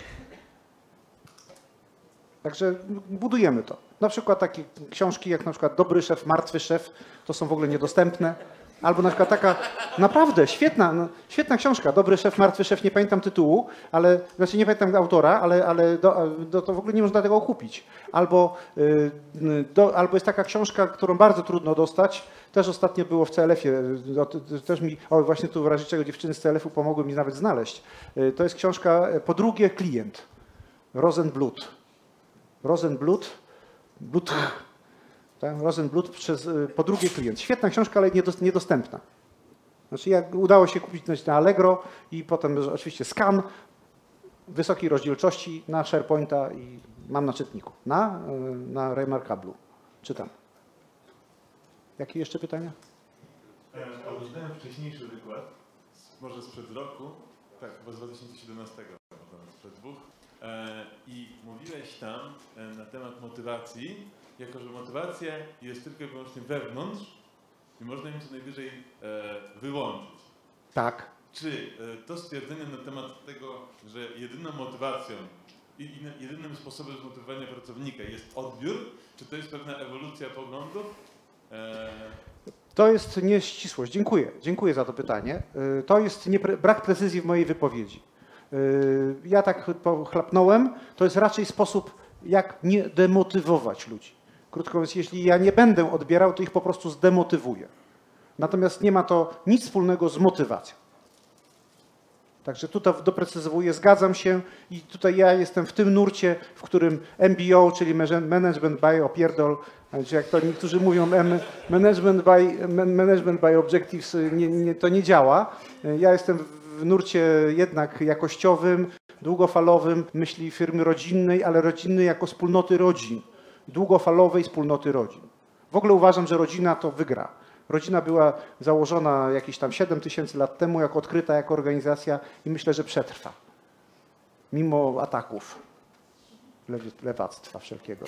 Także budujemy to. Na przykład takie książki jak na przykład Dobry szef, martwy szef, to są w ogóle niedostępne. Albo na przykład taka naprawdę świetna, no, świetna książka, Dobry szef, martwy szef, nie pamiętam tytułu, ale znaczy nie pamiętam autora, ale, ale do, do, to w ogóle nie można tego kupić. Albo, y, do, albo jest taka książka, którą bardzo trudno dostać, też ostatnio było w C L F-ie, też mi, o właśnie tu w razie czego dziewczyny z C L F-u pomogły mi nawet znaleźć. Y, to jest książka Po drugie klient, Rosenblut. Rosenblut, Blut, tak? Rosenblut przez, po drugie klient. Świetna książka, ale niedostępna. Znaczy jak udało się kupić na Allegro i potem oczywiście skan wysokiej rozdzielczości na SharePointa i mam na czytniku, na, na Remarkablu. Czytam. Jakie jeszcze pytania? Oglądałem wcześniejszy wykład, może sprzed roku, tak, chyba z dwa tysiące siedemnastego, albo sprzed dwóch. I mówiłeś tam na temat motywacji, jako że motywacja jest tylko i wyłącznie wewnątrz i można ją co najwyżej wyłączyć. Tak. Czy to stwierdzenie na temat tego, że jedyną motywacją i jedynym sposobem zmotywowania pracownika jest odbiór, czy to jest pewna ewolucja poglądów? To jest nieścisłość. Dziękuję. Dziękuję za to pytanie. To jest nie, brak precyzji w mojej wypowiedzi. Ja tak pochlapnąłem, to jest raczej sposób, jak nie demotywować ludzi. Krótko mówiąc, jeśli ja nie będę odbierał, to ich po prostu zdemotywuję. Natomiast nie ma to nic wspólnego z motywacją. Także tutaj doprecyzowuję, zgadzam się i tutaj ja jestem w tym nurcie, w którym M B O, czyli Management by Opierdol, czy jak to niektórzy mówią, Management by, management by Objectives, nie, nie, to nie działa. Ja jestem w nurcie jednak jakościowym, długofalowym, myśli firmy rodzinnej, ale rodzinnej jako wspólnoty rodzin, długofalowej wspólnoty rodzin. W ogóle uważam, że rodzina to wygra. Rodzina była założona jakieś tam siedem tysięcy lat temu, jako odkryta jako organizacja i myślę, że przetrwa. Mimo ataków lewactwa wszelkiego.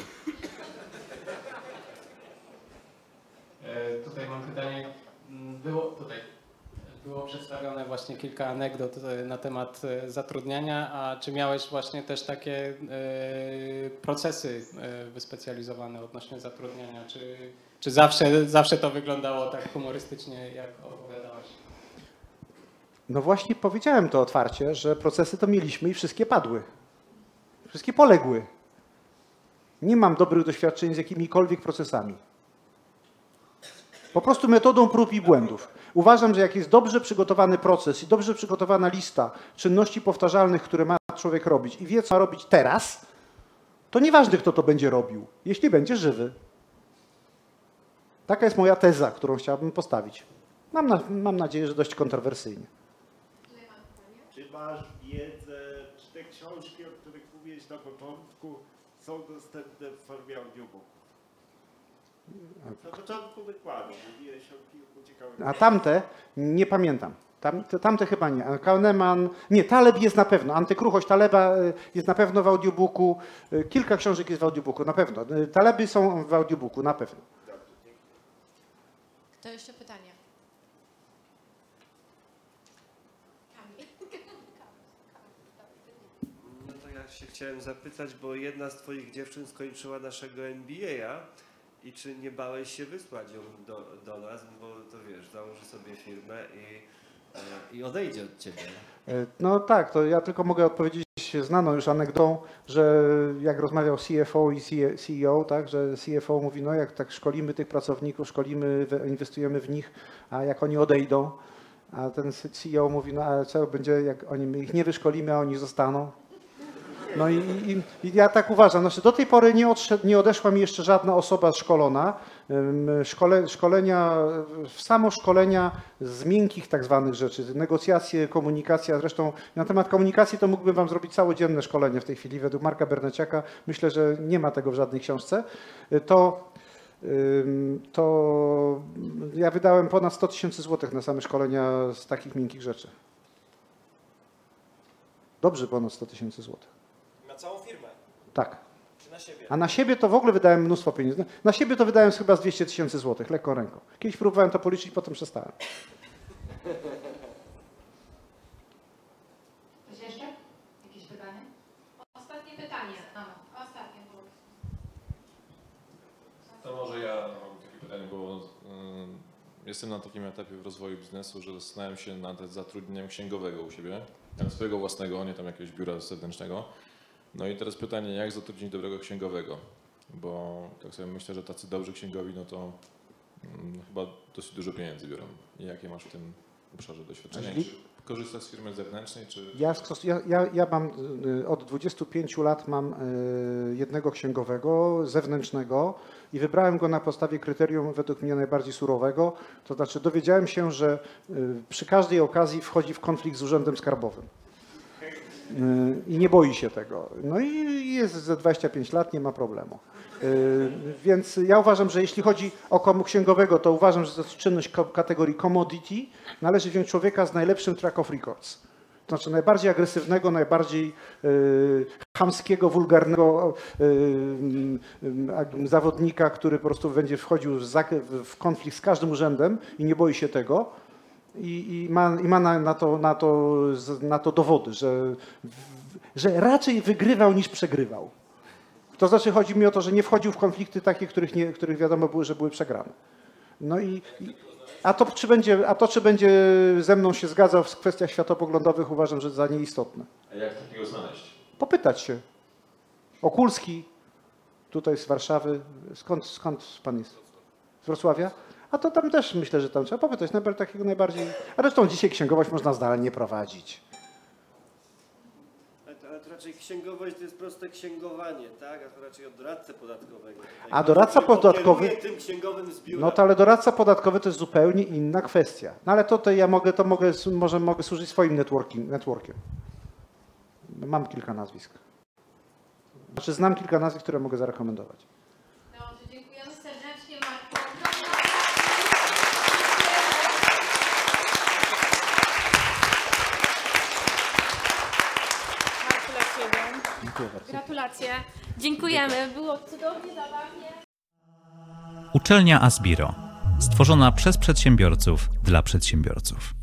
E, tutaj mam pytanie. Było tutaj. Było przedstawione właśnie kilka anegdot na temat zatrudniania, a czy miałeś właśnie też takie y, procesy y, wyspecjalizowane odnośnie zatrudniania? Czy, czy zawsze, zawsze to wyglądało tak humorystycznie, jak opowiadałeś? No właśnie powiedziałem to otwarcie, że procesy to mieliśmy i wszystkie padły. Wszystkie poległy. Nie mam dobrych doświadczeń z jakimikolwiek procesami. Po prostu metodą prób i błędów. Uważam, że jak jest dobrze przygotowany proces i dobrze przygotowana lista czynności powtarzalnych, które ma człowiek robić i wie, co ma robić teraz, to nieważne, kto to będzie robił, jeśli będzie żywy. Taka jest moja teza, którą chciałbym postawić. Mam, na, mam nadzieję, że dość kontrowersyjnie. Czy masz wiedzę, czy te książki, o których mówiłeś na początku, są dostępne w formie audiobooku? Na początku wykładu mówiłeś o kilku ciekawych... A tamte nie pamiętam. Tam, tamte chyba nie. Kahneman, nie, Taleb jest na pewno. Antykruchość Taleba jest na pewno w audiobooku. Kilka książek jest w audiobooku, na pewno. Taleby są w audiobooku, na pewno. To jeszcze pytanie. No to ja się chciałem zapytać, bo jedna z twoich dziewczyn skończyła naszego M B A i czy nie bałeś się wysłać ją do, do nas, bo to wiesz, założy sobie firmę i, i odejdzie od ciebie. No tak, to ja tylko mogę odpowiedzieć znaną już anegdotą, że jak rozmawiał C F O i C E O, tak, że C F O mówi, no jak tak szkolimy tych pracowników, szkolimy, inwestujemy w nich, a jak oni odejdą, a ten C E O mówi, no ale co będzie, jak oni, my ich nie wyszkolimy, a oni zostaną. No i, i, i ja tak uważam. Znaczy, do tej pory nie, odszedł, nie odeszła mi jeszcze żadna osoba szkolona. Szkole, szkolenia, samo szkolenia z miękkich tak zwanych rzeczy, negocjacje, komunikacja. Zresztą na temat komunikacji to mógłbym wam zrobić całodzienne szkolenie w tej chwili według Marka Berneciaka. Myślę, że nie ma tego w żadnej książce. To, to ja wydałem ponad sto tysięcy złotych na same szkolenia z takich miękkich rzeczy. Dobrze ponad sto tysięcy złotych. Na całą firmę? Tak. Czy na siebie? A na siebie to w ogóle wydałem mnóstwo pieniędzy. Na siebie to wydałem chyba z dwieście tysięcy złotych, lekką ręką. Kiedyś próbowałem to policzyć, potem przestałem. Coś jeszcze? Jakieś pytanie? Ostatnie pytanie. Ostatnie było. To może ja mam takie pytanie, bo y, jestem na takim etapie w rozwoju biznesu, że zastanawiam się nad zatrudnieniem księgowego u siebie, swojego własnego, nie tam jakiegoś biura zewnętrznego. No i teraz pytanie, jak zatrudnić dobrego księgowego? Bo tak sobie myślę, że tacy dobrzy księgowi, no to mm, chyba dosyć dużo pieniędzy biorą. I jakie masz w tym obszarze doświadczenia? Czy korzystasz z firmy zewnętrznej? Czy... Ja, ja, ja, ja mam od dwudziestu pięciu lat mam jednego księgowego zewnętrznego i wybrałem go na podstawie kryterium według mnie najbardziej surowego. To znaczy dowiedziałem się, że przy każdej okazji wchodzi w konflikt z urzędem skarbowym. I nie boi się tego. No i jest ze dwadzieścia pięć lat, nie ma problemu. Więc ja uważam, że jeśli chodzi o komu księgowego, to uważam, że za czynność kategorii commodity należy wziąć człowieka z najlepszym track of records. To znaczy najbardziej agresywnego, najbardziej yy, chamskiego, wulgarnego yy, zawodnika, który po prostu będzie wchodził w konflikt z każdym urzędem i nie boi się tego. I, i ma, i ma na, na, to, na, to, na to dowody, że, że raczej wygrywał niż przegrywał. To znaczy chodzi mi o to, że nie wchodził w konflikty takie, których, nie, których wiadomo było, że były przegrane. No i, i a, to, czy będzie, a to, czy będzie ze mną się zgadzał w kwestiach światopoglądowych, uważam, że za nieistotne. A jak takiego znaleźć? Popytać się. Okulski, tutaj z Warszawy. Skąd, skąd pan jest? Z Wrocławia? A to tam też myślę, że tam trzeba popytać takiego najbardziej... A zresztą dzisiaj księgowość można zdalnie prowadzić. Ale to raczej księgowość to jest proste księgowanie, tak? A to raczej od doradcę podatkowego. Tak? A doradca podatkowy... tym księgowym z biura. No to ale doradca podatkowy to jest zupełnie inna kwestia. No ale to, to ja mogę, to mogę, może mogę służyć swoim networking, networkiem. Mam kilka nazwisk. Znaczy znam kilka nazwisk, które mogę zarekomendować. Dobrze, dziękujemy serdecznie, Marku. Dziękuję bardzo. Gratulacje. Dziękujemy. Było cudownie, zabawnie. Uczelnia Asbiro. Stworzona przez przedsiębiorców dla przedsiębiorców.